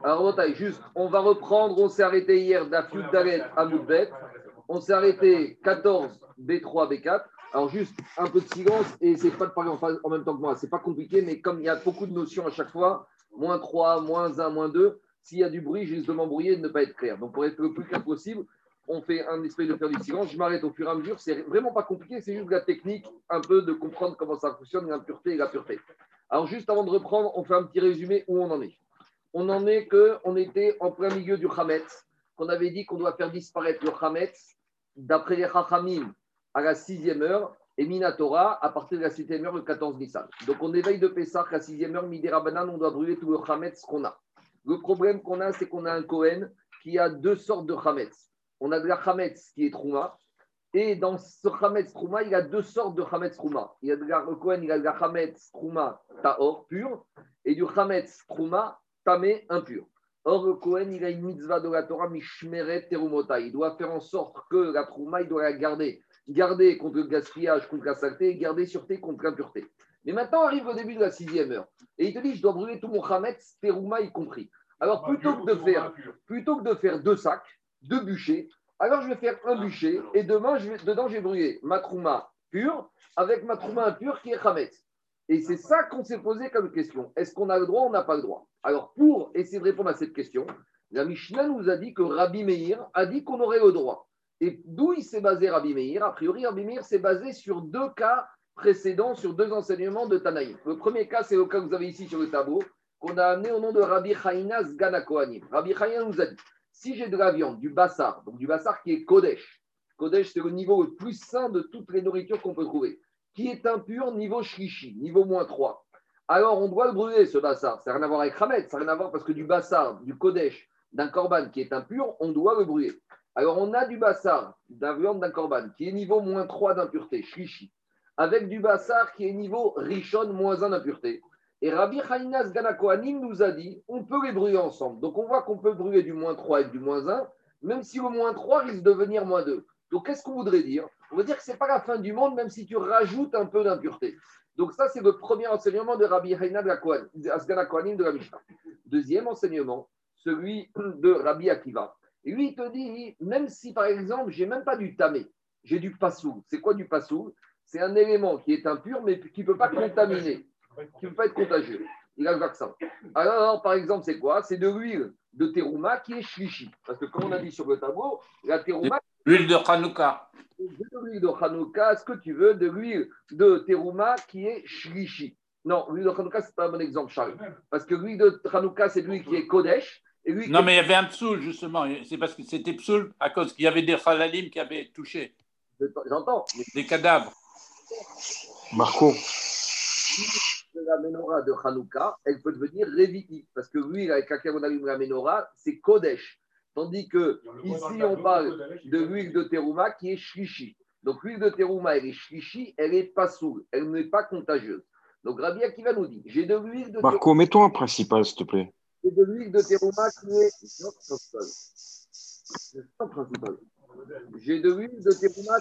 Alors, Rotaï, juste, on va reprendre, on s'est arrêté hier d'Afiud Dalet à Moudbet. On s'est arrêté 14, B3, B4. Alors, juste un peu de silence, et c'est pas de parler en même temps que moi. C'est pas compliqué, mais comme il y a beaucoup de notions à chaque fois, moins 3, moins 1, moins 2, s'il y a du bruit, j'ai juste de m'embrouiller et de ne pas être clair. Donc, pour être le plus clair possible, on fait un espèce de faire du silence. Je m'arrête au fur et à mesure. C'est vraiment pas compliqué, c'est juste de la technique, un peu de comprendre comment ça fonctionne, l'impureté et la pureté. Alors, juste avant de reprendre, on fait un petit résumé où on en est. On en est qu'on était en plein milieu du Hametz, qu'on avait dit qu'on doit faire disparaître le Hametz d'après les Chachamim à la 6e heure et Minatora à partir de la 7e heure, le 14 Nissan. Donc on éveille de Pessah, la 6e heure, Midi Rabanan, on doit brûler tout le Hametz qu'on a. Le problème qu'on a, c'est qu'on a un Kohen qui a deux sortes de Hametz. On a de la Hametz qui est Trouma, et dans ce Hametz Trouma, il y a deux sortes de Hametz Trouma. Il y a de la, le Kohen, il a de la Hametz Trouma Taor, pur, et du Hametz Trouma Tamé, impur. Or, le Kohen, il a une mitzvah de la Torah, Mishmeret Terumota. Il doit faire en sorte que la Trouma, il doit la garder. Garder contre le gaspillage, contre la saleté, et garder sûreté contre l'impureté. Mais maintenant arrive le début de la 6e heure. Et il te dit, je dois brûler tout mon Hametz, Teruma y compris. Alors, plutôt que de faire deux sacs, deux bûchers, alors je vais faire un bûcher et dedans, je vais brûler ma Trouma pure avec ma Trouma impure qui est Hametz. Et c'est ça qu'on s'est posé comme question. Est-ce qu'on a le droit ou on n'a pas le droit? Alors, pour essayer de répondre à cette question, la Mishnah nous a dit que Rabbi Meir a dit qu'on aurait le droit. Et d'où il s'est basé Rabbi Meir? A priori, Rabbi Meir s'est basé sur deux cas précédents, sur deux enseignements de Tanaïm. Le premier cas, c'est le cas que vous avez ici sur le tableau, qu'on a amené au nom de Rabbi Chaïna Sgana Kohanim. Rabbi Chaïna nous a dit, si j'ai de la viande, du bassar, donc du bassar qui est Kodesh, Kodesh c'est le niveau le plus sain de toutes les nourritures qu'on peut trouver, qui est impur niveau shlishi, niveau moins 3. Alors, on doit le brûler, ce bassar. Ça n'a rien à voir avec Hametz, ça n'a rien à voir parce que du bassar, du kodesh, d'un korban qui est impur, on doit le brûler. Alors, on a du bassar, d'un viande d'un korban, qui est niveau moins 3 d'impureté, shlishi, avec du bassar qui est niveau rishon, moins 1 d'impureté. Et Rabbi Chaïnas Gana Kohanim nous a dit, on peut les brûler ensemble. Donc, on voit qu'on peut brûler du moins 3 et du moins 1, même si le moins 3 risque de devenir moins 2. Donc, qu'est-ce qu'on voudrait dire? On veut dire que ce n'est pas la fin du monde, même si tu rajoutes un peu d'impureté. Donc, ça, c'est le premier enseignement de Rabbi Haïna Asgana Kohanim de la Mishnah. Deuxième enseignement, celui de Rabbi Akiva. Et lui, il te dit, même si, par exemple, je n'ai même pas du tamé, j'ai du passoul. C'est quoi du passoul? C'est un élément qui est impur, mais qui ne peut pas contaminer, qui ne peut pas être contagieux. Il a le vaccin. Alors, par exemple, c'est quoi? C'est de l'huile de terouma qui est shlishi. Parce que, comme on a dit sur le tableau, la terouma. L'huile de Hanouka. De l'huile de Hanouka, ce que tu veux, de l'huile de terouma qui est shlishi. Non, l'huile de Hanouka, ce n'est pas un bon exemple, Charles. Parce que l'huile de Hanouka, c'est l'huile qui est Kodesh. Non, mais il y avait un psoul, justement. C'est parce que c'était psoul à cause qu'il y avait des halalim qui avaient touché. J'entends. Des cadavres. Marco. La menorah de Hanouka, elle peut devenir réviti. Parce que l'huile avec laquelle on allume la menorah, c'est Kodesh. Tandis que ici, on parle de l'huile de terouma qui est shlishi. Donc, l'huile de terouma, elle est shlishi, elle n'est pas soule, elle n'est pas contagieuse. Donc, Rabbi Akiva nous dit, j'ai de l'huile de Marco, mets-toi en principal, s'il te plaît. J'ai de l'huile de terouma qui est... Non, principal. J'ai de l'huile de terouma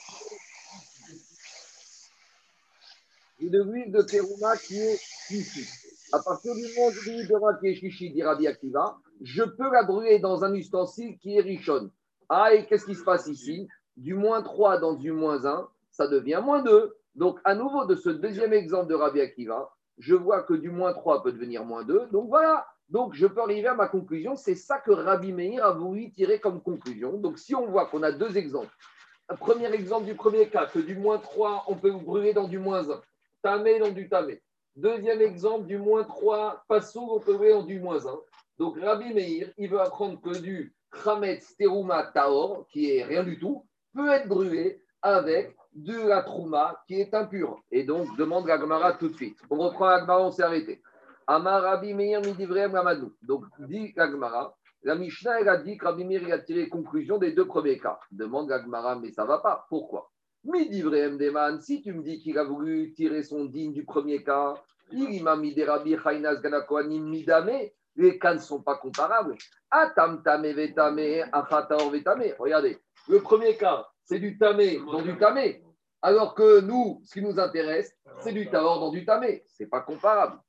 qui est shlishi. À partir du moment où j'ai de l'huile de terouma qui est shlishi, dit Rabbi Akiva, je peux la brûler dans un ustensile qui est rishon. Ah, et qu'est-ce qui se passe ici? Du moins 3 dans du moins 1, ça devient moins 2. Donc, à nouveau, de ce deuxième exemple de Rabbi Akiva, je vois que du moins 3 peut devenir moins 2. Donc, voilà. Donc, je peux arriver à ma conclusion. C'est ça que Rabbi Meir a voulu tirer comme conclusion. Donc, si on voit qu'on a deux exemples, un premier exemple du premier cas, que du moins 3, on peut brûler dans du moins 1. Tamé dans du tamé. Deuxième exemple, du moins 3, passou, on peut brûler dans du moins 1. Donc, Rabbi Meir, il veut apprendre que du Chametz Teruma Taor, qui est rien du tout, peut être brûlé avec de la Trouma qui est impure. Et donc, demande la Gemara tout de suite. On reprend la Gemara, on s'est arrêté. Amar Rabbi Meir Midivrem Ramadou. Donc, dit la Gemara, la Mishnah, elle a dit que Rabbi Meir a tiré conclusion des deux premiers cas. Demande la Gemara, mais ça ne va pas. Pourquoi? Midivrem Deman, si tu me dis qu'il a voulu tirer son digne du premier cas, il m'a mis des Rabbi Chainas Ganakoanim Midame. Les cas ne sont pas comparables. Atam tamé vetame, achataor vetame. Regardez, le premier cas, c'est du tamé dans du tamé. Alors que nous, ce qui nous intéresse, c'est du taor dans du tamé. Ce n'est pas comparable.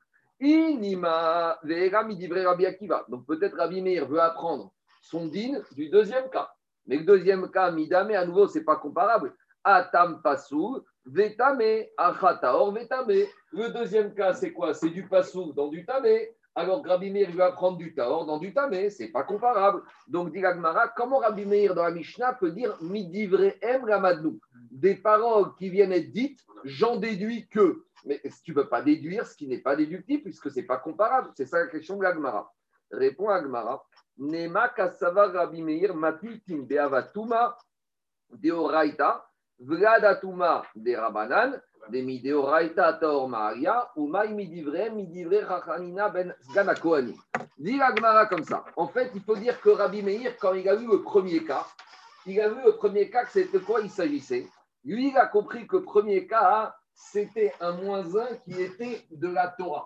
Inima ve'era midivre Rabbi Akiva. Donc peut-être Rabbi Meir veut apprendre son din du deuxième cas. Mais le deuxième cas, midame, à nouveau, ce n'est pas comparable. Atam pasou, vetame, achataor, vetame. Le deuxième cas, c'est quoi? C'est du pasou dans du tamé. Alors Rabbi Meir veut apprendre du taor dans du tamé. Ce n'est pas comparable. Donc dit l'Agmara, comment Rabbi Meir dans la Mishnah peut dire midivre em ramadnou? Des paroles qui viennent être dites, j'en déduis que. Mais tu ne peux pas déduire ce qui n'est pas déductible puisque ce n'est pas comparable. C'est ça la question de l'Agmara. Répond Agmara. Nema kasava Rabbi Meir matitim beavatuma deoraita vladatuma de rabanan demi deoraita taor maaria umay midivre rachanina ben sgan kohanim. Dit l'Agmara comme ça. En fait, il faut dire que Rabbi Meir, quand il a vu le premier cas, que c'était de quoi il s'agissait. Lui, il a compris que le premier cas, c'était un -1 qui était de la Torah.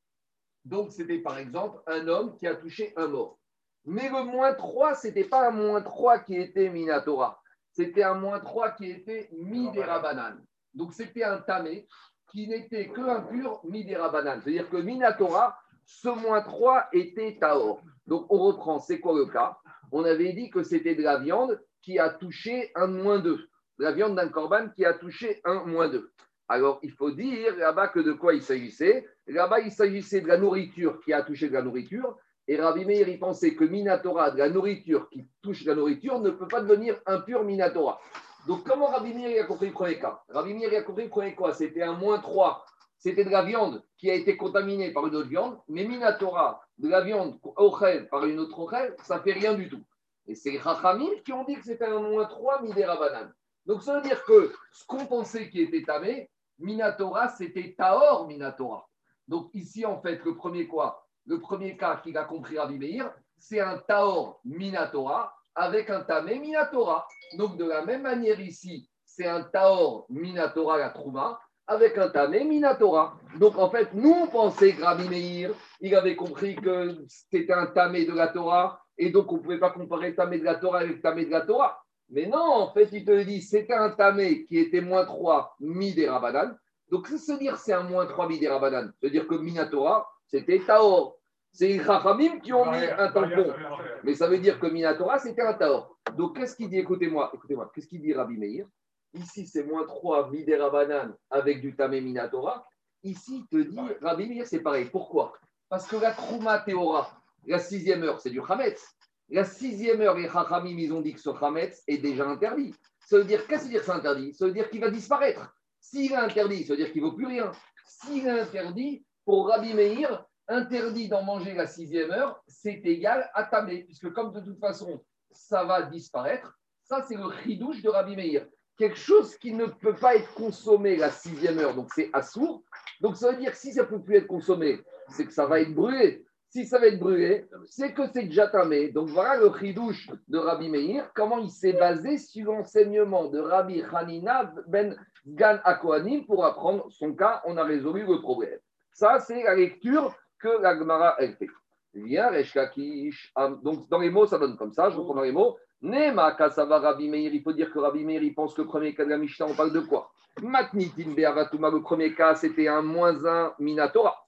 Donc, c'était par exemple un homme qui a touché un mort. Mais le -3, ce n'était pas un -3 qui était Minatora. C'était un -3 qui était Midérabanan. Donc, c'était un tamé qui n'était que impur Midérabanan. C'est-à-dire que Minatora, ce -3 était Taor. Donc, on reprend. C'est quoi le cas? On avait dit que c'était de la viande qui a touché un -2. De la viande d'un corban qui a touché un -2. Alors, il faut dire là-bas que de quoi il s'agissait. Là-bas, il s'agissait de la nourriture qui a touché de la nourriture. Et Rabbi Meir, il pensait que Minatora, de la nourriture qui touche la nourriture, ne peut pas devenir impur Minatora. Donc, comment Rabbi Meir a compris le premier cas? Rabbi Meir a compris le premier cas. C'était un -3. C'était de la viande qui a été contaminée par une autre viande. Mais Minatora, de la viande ochel par une autre ochel, ça ne fait rien du tout. Et c'est les Chachamim qui ont dit que c'était un -3 Midérabanan. Donc, ça veut dire que ce qu'on pensait qui était tamé, Minatora, c'était Taor Minatora. Donc, ici, en fait, le premier quoi? Le premier cas qu'il a compris Rabbi Meir, c'est un Taor Minatora avec un Tamé Minatora. Donc, de la même manière ici, c'est un Taor Minatora la Trouma avec un Tamé Minatora. Donc, en fait, nous, on pensait que Rabbi Meir, il avait compris que c'était un Tamé de la Torah et donc on ne pouvait pas comparer Tamé de la Torah avec Tamé de la Torah. Mais non, en fait, il te dit c'était un Tamé qui était -3 Midérabanan. Donc, c'est se dire c'est un -3 Midérabanan. C'est-à-dire que Minatora, c'était Taor. C'est les Chachamim qui ont mis un tampon. Mais ça veut dire que Minatora, c'était un Taor. Donc, qu'est-ce qu'il dit? Écoutez-moi, qu'est-ce qu'il dit Rabbi Meir? Ici, c'est -3 Midérabanan avec du Tamé Minatora. Ici, il te dit, Rabbi Meir, c'est pareil. Pourquoi? Parce que la Trouma Théora, la 6e heure, c'est du Hametz. La 6e heure, les Chachamim, ils ont dit que ce Hametz est déjà interdit. Ça veut dire, qu'est-ce que ça veut dire que c'est interdit? Ça veut dire qu'il va disparaître. S'il est interdit, ça veut dire qu'il ne vaut plus rien. S'il est interdit, pour Rabbi Meir, interdit d'en manger la 6e heure, c'est égal à tamé, puisque comme de toute façon, ça va disparaître, ça c'est le chidouche de Rabbi Meir. Quelque chose qui ne peut pas être consommé la 6e heure, donc c'est assourd. Donc ça veut dire que si ça ne peut plus être consommé, c'est que ça va être brûlé. Si ça va être brûlé, c'est que c'est déjà tamé. Donc voilà le chidouche de Rabbi Meir, comment il s'est basé sur l'enseignement de Rabbi Hanina ben Gan Akohanim pour apprendre son cas. On a résolu le problème. Ça, c'est la lecture que la Gemara elle fait. Viens, Resh Lakish. Donc, dans les mots, ça donne comme ça. Je reprends dans les mots. Nema Kasava Rabbi Meir. Il faut dire que Rabbi Meir, il pense que le premier cas de la Mishnah, on parle de quoi? Matnitin Be'avatuma. Le premier cas, c'était un -1 Minatora.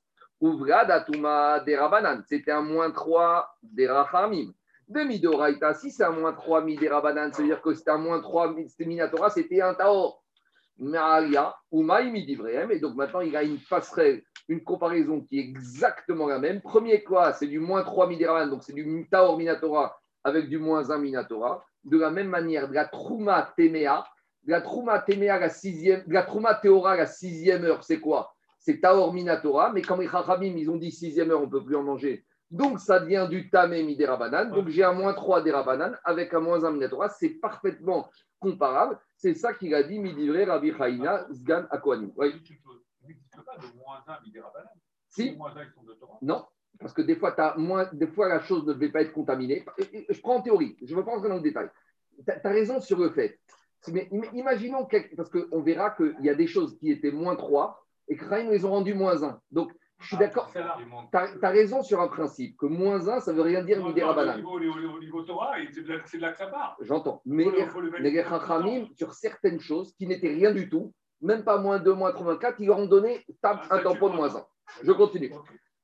Uvradatuma des Rabanan. C'était un -3 des Rachamim. Demi d'Oraita. Si c'est un -3 des Rabanan, ça veut dire que c'était un -3 Minatora, c'était un Taor. Maaria ou Maïmi d'Ivréem. Et donc maintenant, il a une passerelle, une comparaison qui est exactement la même. Premier quoi, c'est du -3 Midérabanan, donc c'est du Taor Minatora avec du -1 Minatora. De la même manière, de la Trouma Téméa, la Trouma Téméa, la 6e, de la Trouma Théora, la 6e heure, c'est quoi? C'est Taor Minatora, mais comme les Chachamim, ils ont dit 6e heure, on ne peut plus en manger. Donc ça devient du Tamé Midérabanan. Donc j'ai un -3 Dérabanan avec un -1 Minatora. C'est parfaitement comparable. C'est ça qu'il a dit Midivré Rabbi Chaïna Sgan Akohanim. Oui. Tu n'existe pas de -1 Midérabanan. Si. Les -1 ils sont de Torah. Non, parce que des fois, des fois la chose ne devait pas être contaminée. Je prends en théorie, je ne veux pas rentrer dans le détail. Tu as raison sur le fait. Mais imaginons, parce qu'on verra qu'il y a des choses qui étaient -3 et que Chaïm les ont rendues -1. Donc, je suis d'accord. Tu as raison sur un principe, que -1, ça ne veut rien dire Midérabanan. Au niveau Torah, c'est de là que ça part. J'entends. Mais les Chachamim, sur certaines choses qui n'étaient rien du tout, même pas -2, -3, -4, ils leur ont donné un tampon de -1. Je continue.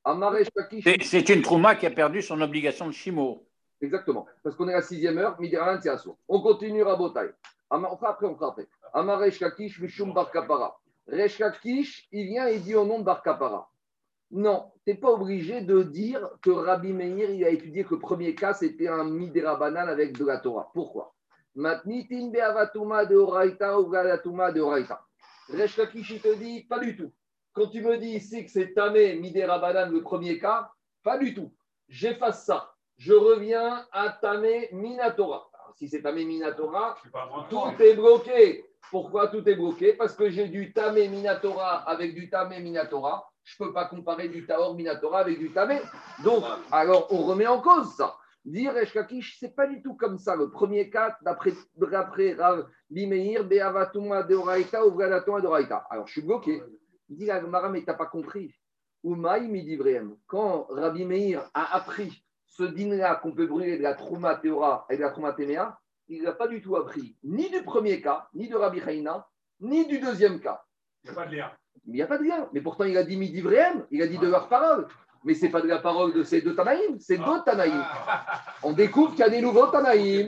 Amaresh Lakish. C'est une trouma qui a perdu son obligation de chimo. Exactement. Parce qu'on est à la 6e heure, midi Ranan, c'est assourd. On continue Rabotai. On fera après. Amaresh Lakish, Mishum Bar Kapara. Resh Lakish, il vient et dit au nom de Bar Kapara. Non, tu n'es pas obligé de dire que Rabbi Meir, il a étudié que le premier cas, c'était un Midera Banan avec de la Torah. Pourquoi? Matnitin be'avatuma de Oraita ou galatuma de Oraita. Resh Lakish, il te dit, pas du tout. Quand tu me dis ici que c'est Tamé Midera Banan le premier cas, pas du tout. J'efface ça. Je reviens à Tamé Minatora. Alors, si c'est Tamé Minatora, tout est bloqué. Pourquoi tout est bloqué? Parce que j'ai du Tamé Minatora avec du Tamé Minatora. Je ne peux pas comparer du Taor Minatora avec du Tamé. Donc, alors, on remet en cause ça. Dire Resh Lakish, ce n'est pas du tout comme ça. Le premier cas, d'après Rabbi Meir, Be'avatuma de Oraita ou Vradatuma de Oraita. Alors, je suis bloqué. Il dit, Mara, mais tu n'as pas compris. Oumaï midivreem. Quand Rabbi Meir a appris ce dîner-là qu'on peut brûler de la Trouma Théora et de la Trouma Téméa, il n'a pas du tout appris ni du premier cas, ni de Rabbi Chaïna, ni du deuxième cas. Il n'y a pas de lien. Il n'y a pas de lien. Mais pourtant, il a dit midivreem, il a dit de leur parole. Mais ce n'est pas de la parole de ces deux Tanaïm, c'est d'autres Tanaïm. On découvre qu'il y a des nouveaux Tanaïm.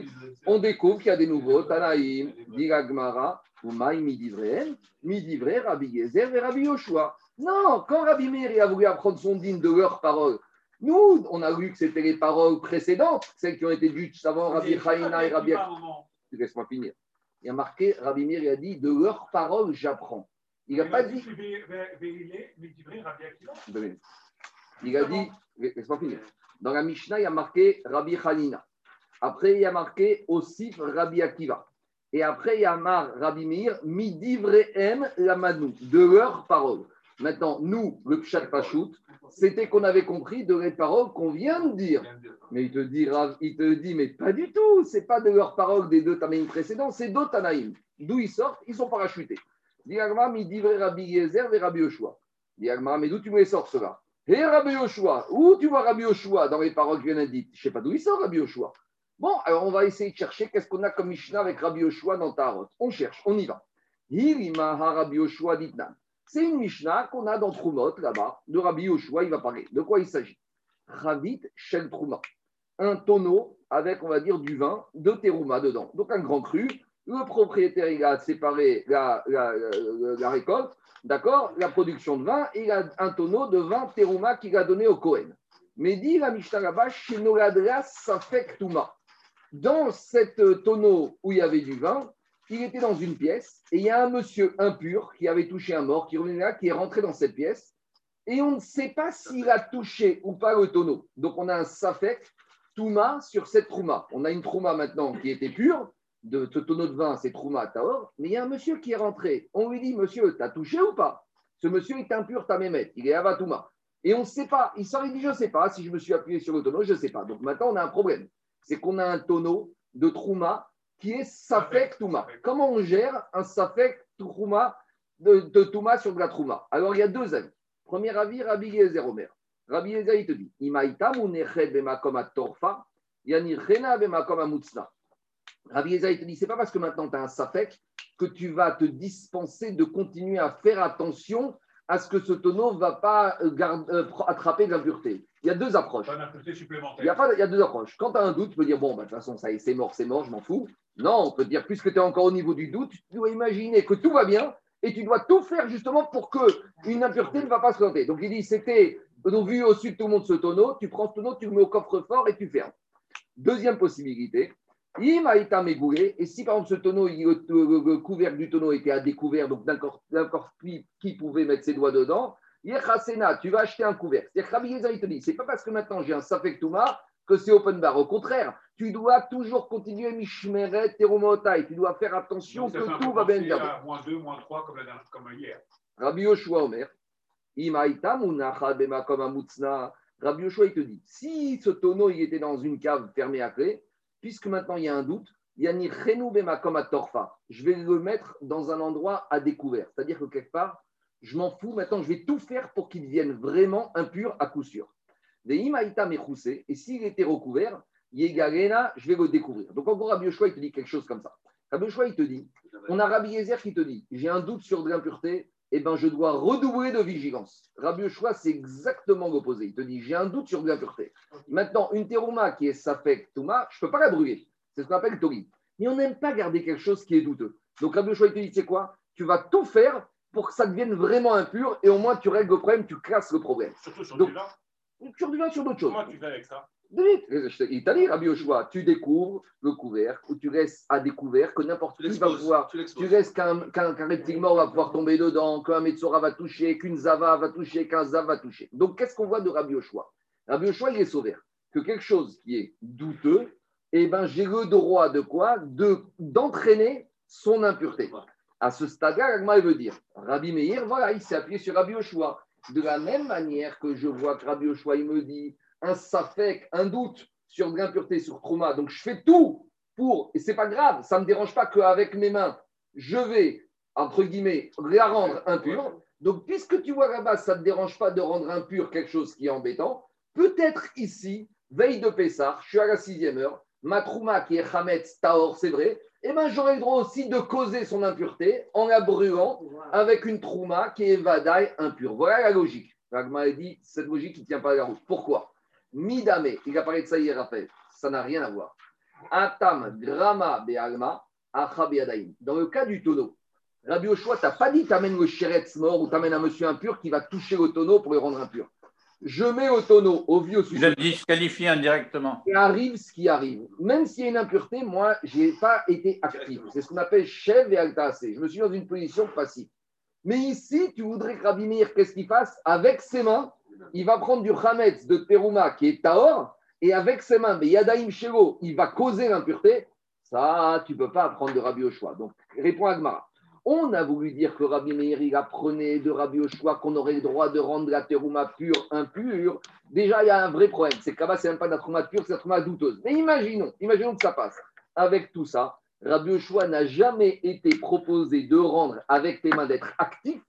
Dit la Gemara, Oumaï midivreem, midivre Rabbi Yezer et Rabbi Yoshua. Non, quand Rabbi Meir a voulu apprendre son dîme de leurs paroles, nous, on a vu que c'était les paroles précédentes, celles qui ont été dites avant Rabbi Chaïna et Rabbi. Laisse-moi finir. Il y a marqué, Rabbi Meir il a dit, de leurs paroles, j'apprends. Il n'a pas dit. Il a dit, laisse-moi finir. Dans la Mishnah, il y a marqué Rabbi Hanina. Après, il y a marqué aussi Rabbi Akiva. Et après, il y a marqué Rabbi Meir, midivrehem lamanu, de leurs paroles. Maintenant, nous, le Pshat Pachout, c'était qu'on avait compris de les paroles qu'on vient de dire. Mais il te dit, mais pas du tout, c'est pas de leurs paroles des deux Tanaïm précédents, c'est d'autres Tanaïm. D'où ils sortent, ils sont parachutés. Diagma, midivre Rabbi Yezer et Rabbi Yoshua. Diagma, mais d'où tu me les sors cela? Et Rabbi Yoshua, où tu vois Rabbi Yoshua dans les paroles que je viens de dire? Je ne sais pas d'où il sort Rabbi Yoshua. Bon, alors on va essayer de chercher qu'est-ce qu'on a comme Mishnah avec Rabbi Yoshua dans Tarot. On cherche, on y va. Hirima Rabbi Yoshua ditnan. C'est une Mishnah qu'on a dans Troumot, là-bas, de Rabbi Yoshua, il va parler. De quoi il s'agit? Ravit Shel Trouma. Un tonneau avec, on va dire, du vin de Terouma dedans. Donc un grand cru. Le propriétaire, il a séparé la récolte, d'accord, la production de vin, et il a un tonneau de vin Terouma qu'il a donné au Kohen. Mais dit la Mishnah là-bas, chez Noladra Safek Touma. Dans cet tonneau où il y avait du vin, il était dans une pièce et il y a un monsieur impur qui avait touché un mort, qui revenait là, qui est rentré dans cette pièce et on ne sait pas s'il a touché ou pas le tonneau. Donc on a un safek touma sur cette trouma. On a une trouma maintenant qui était pure, de ce tonneau de vin, c'est trouma taor, mais il y a un monsieur qui est rentré. On lui dit, monsieur, t'as touché ou pas? Ce monsieur est impur, tamémet, il est avatouma. Et on ne sait pas, il sort, il dit, je ne sais pas, si je me suis appuyé sur le tonneau, je ne sais pas. Donc maintenant on a un problème, c'est qu'on a un tonneau de trouma qui est Safek Touma. Comment on gère un Safek Touma de Touma sur de la Trouma? Alors, il y a deux avis. Premier avis, Rabbi Yezer Omer. Rabbi Yezer, il te dit Imaïta muneched bemakom at-torfa, yanirchena bemakom amutzna. Rabbi Yezer, il te dit c'est pas parce que maintenant tu as un Safek que tu vas te dispenser de continuer à faire attention à ce que ce tonneau ne va pas attraper de l'impureté. Il y a deux approches. Pas d'impureté supplémentaire. Il y a deux approches. Quand tu as un doute, tu peux dire, bon, de toute façon, ça c'est mort, je m'en fous. Non, on peut dire, puisque tu es encore au niveau du doute, tu dois imaginer que tout va bien et tu dois tout faire justement pour qu'une impureté ne va pas se présenter. Donc il dit, c'était vu au-dessus de tout le monde ce tonneau, tu prends ce tonneau, tu le mets au coffre-fort et tu fermes. Deuxième possibilité, Imaïta Megoulé, et si par exemple ce tonneau, le couvercle du tonneau était à découvert, donc n'importe qui pouvait mettre ses doigts dedans, Yechasena, tu vas acheter un couvercle. C'est-à-dire que Rabbi Yezer, il te dit, c'est pas parce que maintenant j'ai un Safek Touma que c'est open bar. Au contraire, tu dois toujours continuer Mishmeret Terumotai. Tu dois faire attention que tout va bien garder. -2, -3 comme hier. Rabbi Yoshua Omer, Imaïta Munacha Bema comme Amutzna. Rabbi Yoshua, il te dit, si ce tonneau il était dans une cave fermée à clé, puisque maintenant il y a un doute, Yanir Chenu Bema comme Torfa, je vais le mettre dans un endroit à découvert. C'est-à-dire que quelque part, je m'en fous, maintenant je vais tout faire pour qu'il devienne vraiment impur à coup sûr. Et s'il était recouvert, Yegarena, je vais le découvrir. Donc en gros, Rabbi Yoshua, il te dit quelque chose comme ça. Rabbi Yoshua, il te dit, on a Rabbi Yezer qui te dit, j'ai un doute sur de l'impureté, eh ben, je dois redoubler de vigilance. Rabbi Yoshua, c'est exactement l'opposé. Il te dit, j'ai un doute sur de l'impureté. Maintenant, une terouma qui est safek touma, je ne peux pas la brûler. C'est ce qu'on appelle tori. Mais on n'aime pas garder quelque chose qui est douteux. Donc Rabbi Yoshua, il te dit, c'est quoi? Tu vas tout faire pour que ça devienne vraiment impur et au moins tu règles le problème, tu classes le problème. Surtout sur Donc, du vin. sur du vin, sur d'autres choses. Comment tu fais avec ça? Il t'a dit, Rabbi Yoshua, tu découvres le couvert ou tu laisses à découvert que n'importe qui va pouvoir. Tu laisses qu'un reptile mort va pouvoir tomber dedans, qu'un Metzora va toucher, qu'une Zava va toucher, qu'un Zav va toucher. Donc, qu'est-ce qu'on voit de Rabbi Yoshua? Rabbi Yoshua, il est sauvé. Que quelque chose qui est douteux, eh ben, j'ai le droit de quoi? D'entraîner son impureté. À ce stade-là, Agma veut dire, Rabbi Meir, voilà, il s'est appuyé sur Rabbi Yoshua. De la même manière que je vois que Rabbi Yoshua, il me dit, un safek, un doute sur de l'impureté, sur Trouma. Donc, je fais tout pour, et c'est pas grave, ça ne me dérange pas qu'avec mes mains, je vais, entre guillemets, la rendre impure. Donc, puisque tu vois là-bas, ça ne te dérange pas de rendre impur quelque chose qui est embêtant, peut-être ici, veille de Pessah, je suis à la 6e heure, ma Trouma qui est Hametz Taor, c'est vrai, eh ben, j'aurai le droit aussi de causer son impureté en la brûlant avec une Trouma qui est Vadaï impure. Voilà la logique. Ragma a dit, cette logique qui ne tient pas à la route. Pourquoi? Midame, il a parlé de ça hier, Raphaël. Ça n'a rien à voir. Atam, Grama, Be'alma, Acha, Be'adaim. Dans le cas du tonneau, Rabbi Yoshua, tu n'as pas dit t'amènes le chéretz mort ou t'amènes un monsieur impur qui va toucher le tonneau pour le rendre impur. Je mets au tonneau, au vieux Il a disqualifié indirectement. Et arrive ce qui arrive. Même s'il y a une impureté, moi, je n'ai pas été actif. C'est ce qu'on appelle chèv et altacé. Je me suis mis dans une position passive. Mais ici, tu voudrais que Rabbi Meir, qu'est-ce qu'il fasse? Avec ses mains, il va prendre du chametz de terouma qui est taor, et avec ses mains, mais yadaim shelo, il va causer l'impureté. Ça, tu ne peux pas apprendre de Rabbi Yoshua. Donc, répond Agmara. On a voulu dire que Rabbi Meir, il apprenait de Rabbi Yoshua qu'on aurait le droit de rendre la terouma pure, impure. Déjà, il y a un vrai problème. C'est que là-bas, ce n'est même pas de la terouma pure, c'est de la terouma douteuse. Mais imaginons que ça passe. Avec tout ça, Rabbi Yoshua n'a jamais été proposé de rendre avec tes mains, d'être actif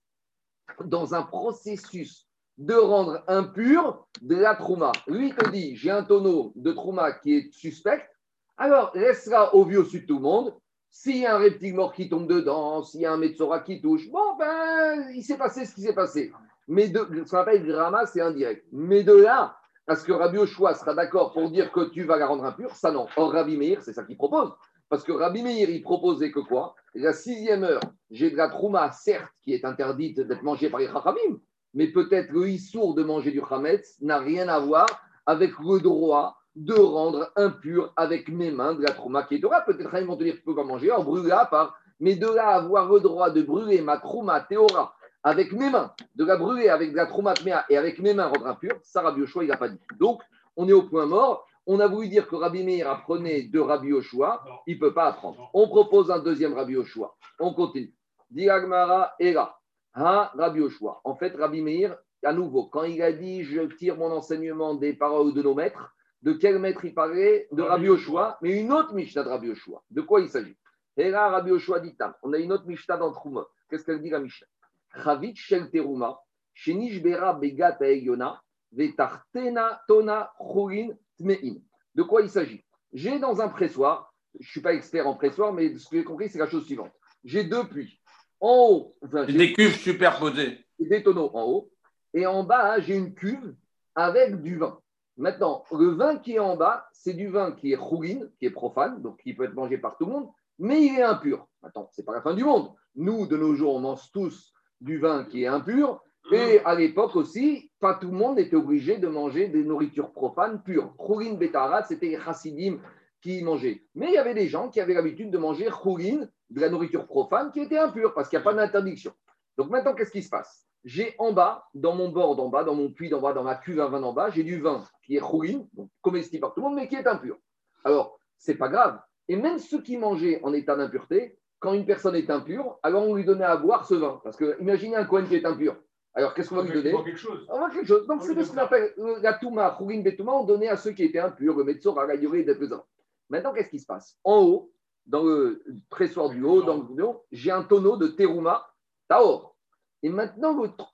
dans un processus de rendre impur de la trouma. Lui, il te dit, j'ai un tonneau de trouma qui est suspect, alors laisse-la au vieux au-dessus de tout le monde. S'il y a un reptile mort qui tombe dedans, s'il y a un Metzora qui touche, bon, ben, il s'est passé ce qui s'est passé. Mais ce qu'on appelle Grama, c'est indirect. Mais de là, parce que Rabbi Yoshua sera d'accord pour dire que tu vas la rendre impure, ça non. Or, Rabbi Meir, c'est ça qu'il propose. Parce que Rabbi Meir, il proposait que quoi? La 6e heure, j'ai de la trouma, certes, qui est interdite d'être mangée par les Chachamim, mais peut-être le issour de manger du Hametz n'a rien à voir avec le droit de rendre impur avec mes mains de la trouma qui est Torah. Peut-être qu'ils vont te dire que tu ne peux pas manger, en brûler à part, mais de là avoir le droit de brûler ma trouma théora avec mes mains, de la brûler avec de la trouma tméa et avec mes mains rendre impur, ça Rabbi Yoshua, il n'a pas dit. Donc, on est au point mort. On a voulu dire que Rabbi Meir apprenait de Rabbi Yoshua, il ne peut pas apprendre. On propose un deuxième Rabbi Yoshua. On continue. Diagmara Era. Ha, Rabbi Yoshua. En fait, Rabbi Meir, à nouveau, quand il a dit je tire mon enseignement des paroles de nos maîtres, de quel maître il parlait? De Rabbi Yoshua, mais une autre Mishnah de Rabbi Yoshua. De quoi il s'agit? Et là, Rabbi Yoshua dit tam. On a une autre Mishnah dans Trouma. Qu'est-ce qu'elle dit la Mishnah? Chavit shel teruma, shenish bera begat aegyona, vetartena tona chulin tmeim. De quoi il s'agit? J'ai dans un pressoir, je ne suis pas expert en pressoir, mais ce que j'ai compris, c'est la chose suivante. J'ai deux puits. En haut, j'ai des cuves superposées. Des tonneaux en haut. Et en bas, j'ai une cuve avec du vin. Maintenant, le vin qui est en bas, c'est du vin qui est chourine, qui est profane, donc qui peut être mangé par tout le monde, mais il est impur. Attends, ce n'est pas la fin du monde. Nous, de nos jours, on mange tous du vin qui est impur. Et à l'époque aussi, pas tout le monde était obligé de manger des nourritures profanes pures. Chourine Betarat, c'était les chassidim qui mangeaient. Mais il y avait des gens qui avaient l'habitude de manger chourine, de la nourriture profane, qui était impure, parce qu'il n'y a pas d'interdiction. Donc maintenant, qu'est-ce qui se passe? J'ai en bas, dans mon bord d'en bas, dans mon puits d'en bas, dans ma cuve à vin d'en bas, j'ai du vin qui est chourine, donc comestible par tout le monde, mais qui est impur. Alors, c'est pas grave. Et même ceux qui mangeaient en état d'impureté, quand une personne est impure, alors on lui donnait à boire ce vin. Parce que imaginez un Kohen qui est impur. Alors, qu'est-ce qu'on va lui donner? On va quelque chose. Donc, c'est ce qu'on appelle la Touma, Chourine Betouma, on donnait à ceux qui étaient impurs, le Metzora, la Yoré, des pesants. Maintenant, qu'est-ce qui se passe? En haut, dans le pressoir du haut, j'ai un tonneau de Terouma Taor. Et maintenant,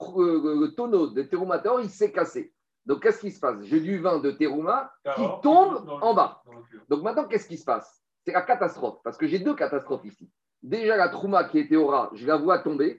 le tonneau de Terouma Taor, il s'est cassé. Donc, qu'est-ce qui se passe? J'ai du vin de Terouma qui tombe en bas. Donc, maintenant, qu'est-ce qui se passe? C'est la catastrophe, parce que j'ai deux catastrophes ici. Déjà, la Trouma qui est Théora, je la vois tomber.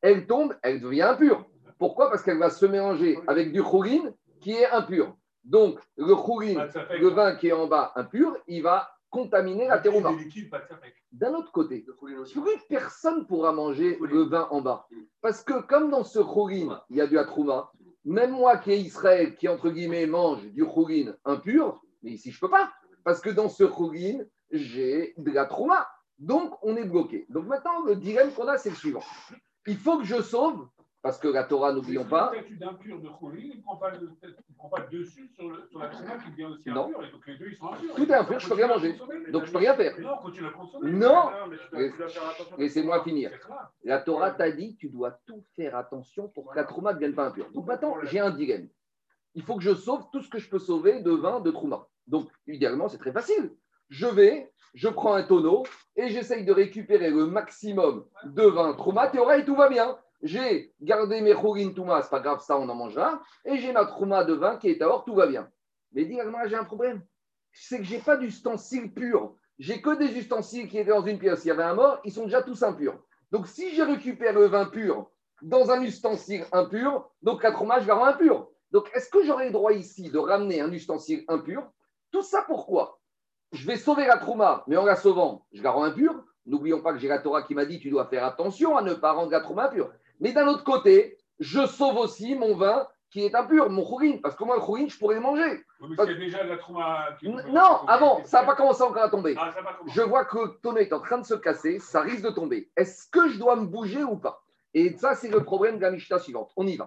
elle tombe, elle devient impure. Pourquoi? Parce qu'elle va se mélanger avec du khourin qui est impur. Donc, le khourin, le vin qui est en bas impur, il va contaminer la terouma. D'un autre côté, plus personne ne pourra manger le vin en bas. Parce que comme dans ce khourin, il y a du atrouma, même moi qui est Israël, qui entre guillemets mange du khourin impur, mais ici je ne peux pas. Parce que dans ce khourin, j'ai de la trouma. Donc, on est bloqué. Donc maintenant, le dilemme qu'on a, c'est le suivant. Il faut que je sauve, parce que la Torah, n'oublions pas. Le statut d'impur de khourin, il ne prend pas le dessus sur la trouma qui devient aussi impure. Et donc les deux, ils sont impurs. Tout est impur, je ne peux rien manger. Donc je ne peux rien faire. Non, continue à consommer. Non, laissez-moi finir. La Torah t'a dit, tu dois tout faire attention pour que la trouma ne devienne pas impure. Donc maintenant, j'ai un dilemme. Il faut que je sauve tout ce que je peux sauver de vin, de trouma. Donc, idéalement, c'est très facile. Je prends un tonneau et j'essaye de récupérer le maximum de vin trouma, théora, et tout va bien. J'ai gardé mes khourin touma, c'est pas grave, ça, on en mangera. Et j'ai ma trouma de vin qui est tahor, tout va bien. Mais idéalement, j'ai un problème. C'est que je n'ai pas d'ustensiles purs. J'ai que des ustensiles qui étaient dans une pièce. Il y avait un mort, ils sont déjà tous impurs. Donc, si je récupère le vin pur dans un ustensile impur, donc la trouma, je la rends impure. Donc, est-ce que j'aurais le droit ici de ramener un ustensile impur? Tout ça pourquoi? Je vais sauver la trouma, mais en la sauvant, je la rends impure. N'oublions pas que j'ai la Torah qui m'a dit tu dois faire attention à ne pas rendre la trouma impure. Mais d'un autre côté, je sauve aussi mon vin qui est impur, mon khourin, parce que moi, le khourin, je pourrais le manger. Oui, mais s'il y a déjà de la trouma. Non, avant, ça n'a pas commencé encore à tomber. Ah, ça va commencer. Je vois que le tonneau est en train de se casser, ça risque de tomber. Est-ce que je dois me bouger ou pas? Et ça, c'est le problème de la Mishnah suivante. On y va.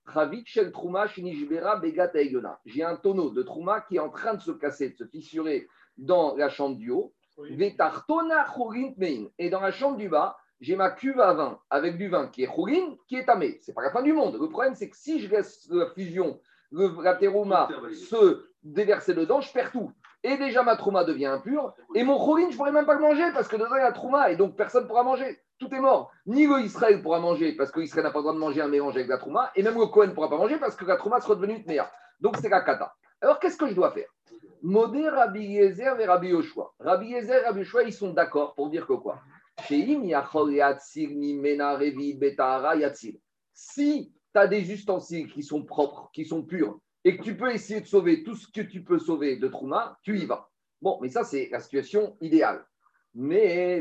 J'ai un tonneau de trouma qui est en train de se casser, de se fissurer dans la chambre du haut. Et dans la chambre du bas, j'ai ma cuve à vin avec du vin qui est khourin, qui est tamé. C'est pas la fin du monde. Le problème, c'est que si je laisse la fusion, la terouma se déverser dedans, je perds tout. Et déjà, ma trouma devient impure. Et mon khourin, je ne pourrais même pas le manger parce que dedans, il y a la trouma et donc personne ne pourra manger. Tout est mort. Ni le Israël pourra manger parce que l'Israël n'a pas le droit de manger un mélange avec la trouma. Et même le Cohen ne pourra pas manger parce que la trouma sera devenue tméa. Donc, c'est la kata. Alors, qu'est-ce que je dois faire? Modé, Rabbi Yezer et Rabbi Yoshua. Rabbi Yezer et Rabbi Yoshua, ils sont d'accord pour dire que quoi? Si tu as des ustensiles qui sont propres, qui sont purs, et que tu peux essayer de sauver tout ce que tu peux sauver de Trouma, tu y vas. Bon, mais ça, c'est la situation idéale. Mais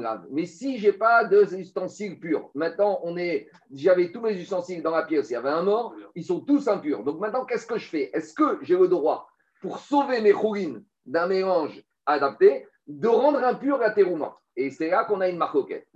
si je n'ai pas d'ustensiles purs, maintenant, j'avais tous mes ustensiles dans la pièce, il y avait un mort, ils sont tous impurs. Donc maintenant, qu'est-ce que je fais? Est-ce que j'ai le droit, pour sauver mes khourin d'un mélange adapté, de rendre impur la terouma? Et c'est là qu'on a une marcoquette.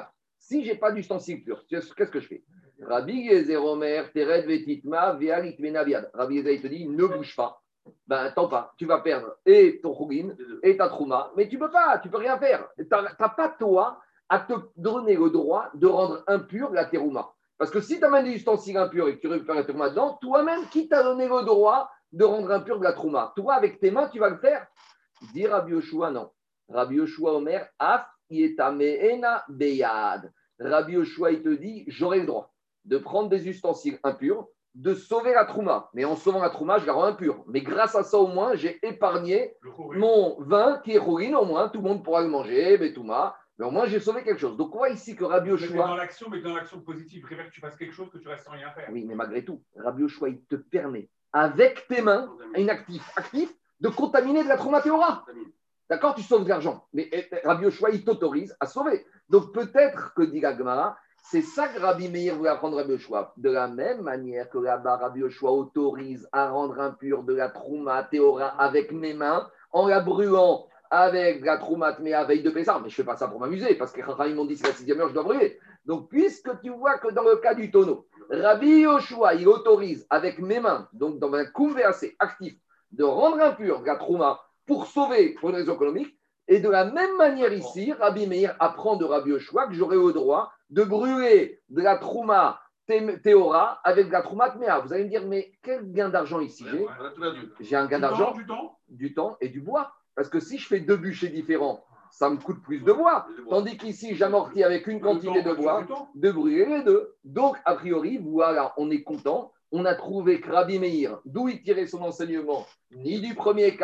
Si je n'ai pas d'ustensile pur, qu'est-ce que je fais? Rabbi Yezer Omer, Tered Vetitma, Vealit Menaviad. Rabbi Yezer, il te dit, ne bouge pas. Ben, tant pas, tu vas perdre et ton khourin et ta trouma, mais tu peux rien faire. Tu n'as pas toi à te donner le droit de rendre impur la terouma. Parce que si tu amènes des ustensiles impurs et que tu récupères la terouma dedans, toi-même, qui t'a donné le droit de rendre impur de la trouma? Toi, avec tes mains, tu vas le faire. Dit Rabbi Yoshua, non. Rabbi Yoshua Omer, Af Yetameena Beyad. Rabbi Yoshua, il te dit, j'aurai le droit de prendre des ustensiles impurs, de sauver la trouma. Mais en sauvant la trouma, je la rends impure. Mais grâce à ça, au moins, j'ai épargné mon vin qui est khourin. Au moins, tout le monde pourra le manger, Betouma. Mais au moins, j'ai sauvé quelque chose. Donc, on voit ici que Rabbi Yoshua. Mais dans l'action positive, je préfère que tu fasses quelque chose que tu restes sans rien faire. Oui, mais malgré tout, Rabbi Yoshua, il te permet, avec tes mains, un actif, de contaminer de la trouma théora. D'accord, tu sauves de l'argent. Mais Rabbi Yoshua, il t'autorise à sauver. Donc peut-être que, dit la Gemara, c'est ça que Rabbi Meir voulait apprendre Rabbi Yoshua. De la même manière que là-bas, Rabbi Yoshua autorise à rendre impur de la trouma théora avec mes mains, en la brûlant avec la trouma tméa veille de Pessah. Mais je ne fais pas ça pour m'amuser, parce que ils m'ont dit c'est la 6e heure, je dois brûler. Donc puisque tu vois que dans le cas du tonneau, Rabbi Yoshua, il autorise avec mes mains, donc dans un assez actif, de rendre impur la trouma pour sauver pour une raison économique. Et de la même manière ici, Rabbi Meir apprend de Rabbi Yoshua que j'aurai le droit de brûler de la trouma théora avec de la trouma tméa. Vous allez me dire, mais quel gain d'argent ici j'ai un gain d'argent, du temps et du bois. Parce que si je fais 2 bûchers différents, ça me coûte plus de bois. Tandis qu'ici, j'amortis avec une quantité de bois de brûler les deux. Donc, a priori, voilà, on est content. On a trouvé que Rabbi Meir, d'où il tirait son enseignement, ni du premier cas,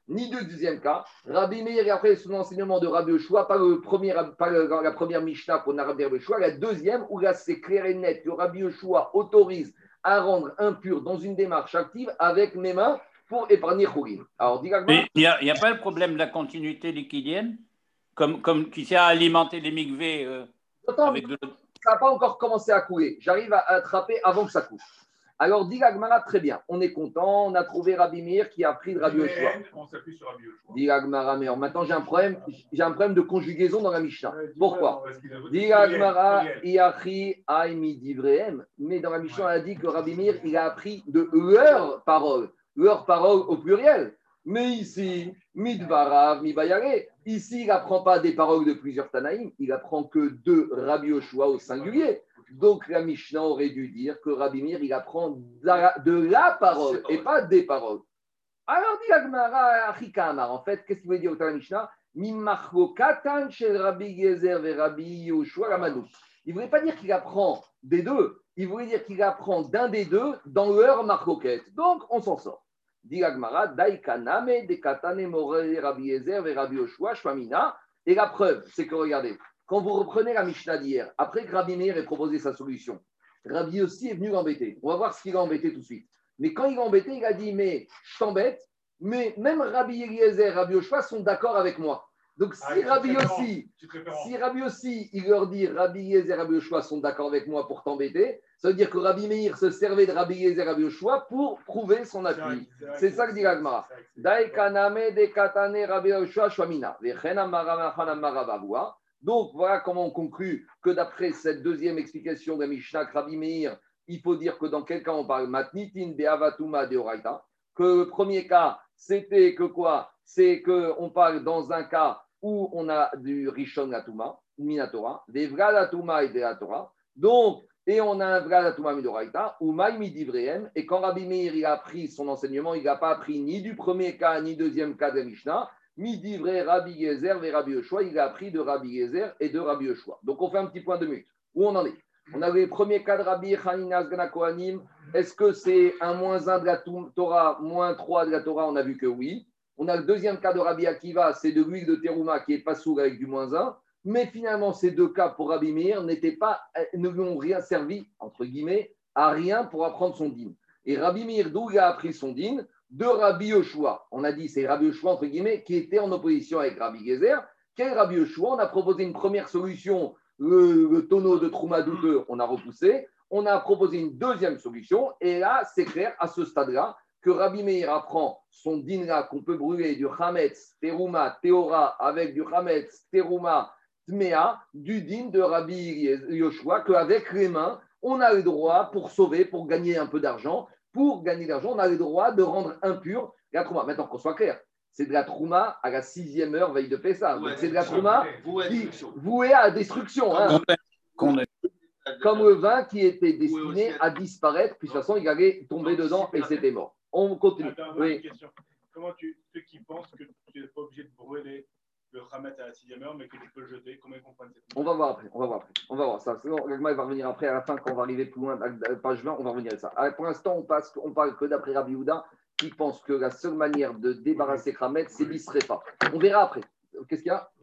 ni du deuxième cas. Rabbi Meir, et après son enseignement de Rabbi Yoshua, pas la première Mishnah qu'on a Rabbi Yoshua, la deuxième, où là c'est clair et net que Rabbi Yoshua autorise à rendre impur dans une démarche active avec mes mains pour épargner Khourim. Alors, mais il n'y a pas le problème de la continuité liquidienne, comme qui sert à alimenter les mikvés avec de l'eau. Ça n'a pas encore commencé à couler. J'arrive à attraper avant que ça coule. Alors, dit l'Agmara, très bien. On est content. On a trouvé Rabbi Meir qui a pris de Rabbi Yoshua. On s'appuie sur Rabbi Yoshua. Dit l'Agmara, mais maintenant j'ai un problème de conjugaison dans la Mishnah. Pourquoi? Dit l'Agmara, Iachi Aimi Divrehem. Mais dans la Mishnah, on a dit que Rabbi Meir, il a appris de leurs paroles au pluriel. Mais ici, Midvarav, Mibayare, ici, il n'apprend pas des paroles de plusieurs Tanaïm, il apprend que de Rabbi Yoshua au singulier. Donc la Mishnah aurait dû dire que Rabbi Meir, il apprend de la parole et pas des paroles. Alors dit Agmara, Achikamar, en fait, qu'est-ce qu'il veut dire au la Mishnah? Mimachlo katan shel Rabbi Gezer ve Rabbi Yoshua Ramanu. Il ne voulait pas dire qu'il apprend des deux, il voulait dire qu'il apprend d'un des deux dans leur marcoquette. Donc on s'en sort. Dit Agmara, Daikaname, Dekatane More Rabbi Gezer ve Rabbi Yoshua Shmamina. Et la preuve, c'est que regardez, quand vous reprenez la Mishnah d'hier, après que Rabbi Meir ait proposé sa solution, Rabbi aussi est venu l'embêter. On va voir ce qu'il a embêté tout de suite. Mais quand il l'a embêté, il a dit, mais je t'embête, mais même Rabbi Eliezer et Rabbi Yoshua sont d'accord avec moi. Donc si Rabbi aussi, il leur dit, Rabbi Eliezer et Rabbi Yoshua sont d'accord avec moi pour t'embêter, ça veut dire que Rabbi Meir se servait de Rabbi Eliezer et Rabbi Yoshua pour prouver son appui. C'est ça que dit l'Agmara. Daikaname de katane Rabbi Yoshua shwamina. Donc, voilà comment on conclut que d'après cette deuxième explication de la Mishnah, Rabbi Meir, il faut dire que dans quel cas on parle Matnitin be'avatuma deoraita, que le premier cas, c'était que quoi? C'est qu'on parle dans un cas où on a du Rishon Latuma, Minatora, des Vra Latuma et des Latora. Donc, et on a un Vra Latuma Midoraita, ou Maïmi Divrehem, et quand Rabbi Meir il a appris son enseignement, il n'a pas appris ni du premier cas, ni du deuxième cas de la Mishnah. Midi vrai Rabbi Gezer et Rabbi Yoshua, il a appris de Rabbi Gezer et de Rabbi Yoshua. Donc on fait un petit point de minute. Où on en est? On a les premiers cas de Rabbi Hanina Sgana Kohanim. Est-ce que c'est un -1 de la Torah, -3 de la Torah? On a vu que oui. On a le deuxième cas de Rabbi Akiva, c'est de l'huile de Terouma qui est pas sourde avec du -1. Mais finalement, ces deux cas pour Rabbi Meir ne lui ont rien servi, entre guillemets, à rien pour apprendre son dîn. Et Rabbi Meir, d'où il a appris son dîn? De Rabbi Yoshua. On a dit c'est Rabbi Yoshua, entre guillemets, qui était en opposition avec Rabbi Gezer. Quel Rabbi Yoshua? On a proposé une première solution, le tonneau de Trouma douteux, on a repoussé. On a proposé une deuxième solution. Et là, c'est clair, à ce stade-là, que Rabbi Meir apprend son din-là qu'on peut brûler du Hametz, Teruma, Teora, avec du Hametz, Teruma, Tmea, du din de Rabbi Yoshua, qu'avec les mains, on a le droit pour sauver, pour gagner un peu d'argent. Pour gagner de l'argent, on a le droit de rendre impur la trouma. Maintenant, qu'on soit clair, c'est de la trouma à la 6e heure veille de Pessah. Ouais, c'est de la trouma vouée à la destruction. Hein. Comme le vin qui était destiné à disparaître, puis de toute façon, il allait tomber dedans et c'était mort. On continue. Une question. Comment ceux qui pensent que tu n'es pas obligé de brûler le Khamet à la 6e heure, mais que tu peux le jeter, comment ils comprennent cette On va voir après. On va voir ça. Sinon, Gagma va revenir après, à la fin, quand on va arriver plus loin, à la page 20, on va revenir à ça. Alors, pour l'instant, on parle que d'après Rabbi Yehuda, qui pense que la seule manière de débarrasser Khamet, c'est l'isrefa. On verra après. Qu'est-ce qu'il y a?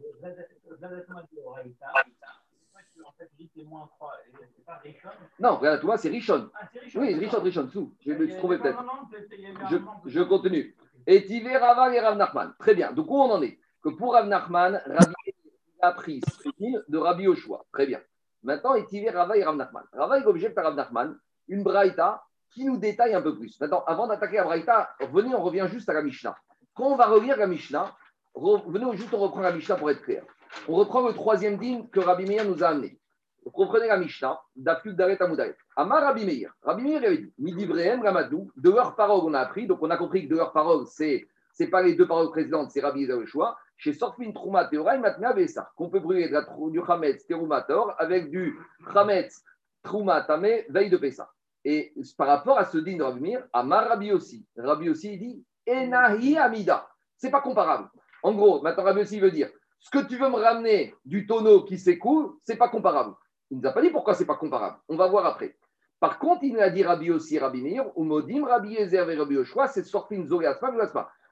Non, regarde, toi, c'est Rishon. Oui, Rishon, sous. Je vais le trouver peut-être. Je continue. Et Tivé Rava et Rav Nachman. Très bien. Donc, où on en est? Que pour Rav Nachman, Rabbi a pris ce din de Rabbi Yoshua. Très bien. Maintenant, et Tivé Rava et Rav Nachman. Rava est objecte à Rav Nachman une braïta qui nous détaille un peu plus. Maintenant, avant d'attaquer la braïta, venez, on revient juste à la Mishnah. Quand on va relire la Mishnah, venez juste, on reprend la Mishnah pour être clair. On reprend le troisième din que Rabbi Meir nous a amené. Vous comprenez la Mishnah, d'Afyud Daret Amoudaret. Amar Rabbi Meir. Rabbi Meir avait dit, Midi Vrehem Ramadou, de leurs paroles on a appris, donc on a compris que de leurs paroles, c'est pas les deux paroles précédentes, c'est Rabbi Yoshua. Chez Sorfin Trouma Teora et Matna Bessa, qu'on peut brûler du Chametz Teruma Tor avec du Chametz Trouma Tamé veille de Pessa. Et par rapport à ce din de Rabbi Meir, Amar Rabbi aussi. Rabbi aussi, il dit, Enahi Amida. C'est pas comparable. En gros, maintenant Rabbi aussi veut dire, ce que tu veux me ramener du tonneau qui s'écoule, c'est pas comparable. Il ne nous a pas dit pourquoi c'est pas comparable. On va voir après. Par contre, il nous a dit Rabbi aussi, Rabbi Meir, ou Modim, Rabbi Yezer et Rabbi Yoshua, c'est sorti une Zogasma, Zogasma.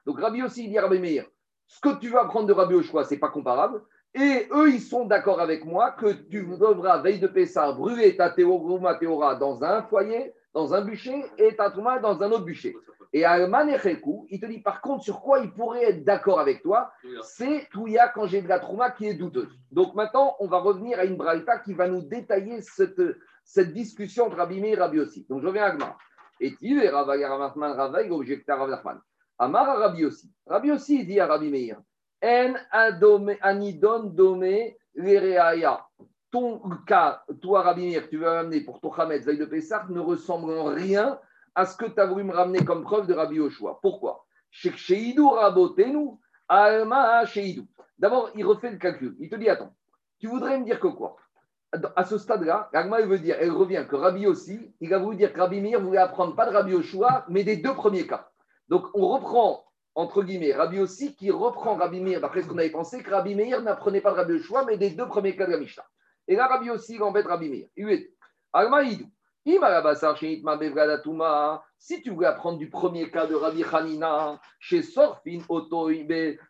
Donc Rabbi aussi dit à Rabbi Meir, ce que tu vas apprendre de Rabbi Yoshua, ce n'est pas comparable. Et eux, ils sont d'accord avec moi que tu devras, veille de Pessah, brûler ta théora dans un foyer, dans un bûcher, et ta trouma dans un autre bûcher. Et Alman et Chekou, il te dit par contre sur quoi il pourrait être d'accord avec toi, c'est Touya quand j'ai de la trouma qui est douteuse. Donc maintenant, on va revenir à une braïta qui va nous détailler cette discussion entre Rabbi Meir et Rabbi Yossi. Donc je reviens à Agmar. Et tu et Ravaï Ramatman Ravaï objecta Rav Nachman. Amar à Rabbi Yossi. Rabbi Yossi dit à Rabbi Meir, En anidon domé l'ereaya. Ton cas, toi Rabbi Meir, tu vas m'amener pour ton Chametz veille de Pessah ne ressemble en rien à ce que tu as voulu me ramener comme preuve de Rabbi Yoshua. Pourquoi? Sheidou rabotenu alma sheidou. D'abord, il refait le calcul. Il te dit, attends, tu voudrais me dire que quoi? À ce stade-là, Agma, elle revient que Rabbi aussi, il a voulu dire que Rabbi Meir voulait apprendre pas de Rabbi Yoshua, mais des deux premiers cas. Donc, on reprend, entre guillemets, Rabbi aussi qui reprend Rabbi Meir, d'après ce qu'on avait pensé, que Rabbi Meir n'apprenait pas de Rabbi Yoshua, mais des deux premiers cas de la Mishnah. Et là, Rabbi aussi, il embête Rabbi Meir. Il lui dit, Agma, il si tu voulais apprendre du premier cas de Rabbi Hanina, chez Sorfin Otoibe,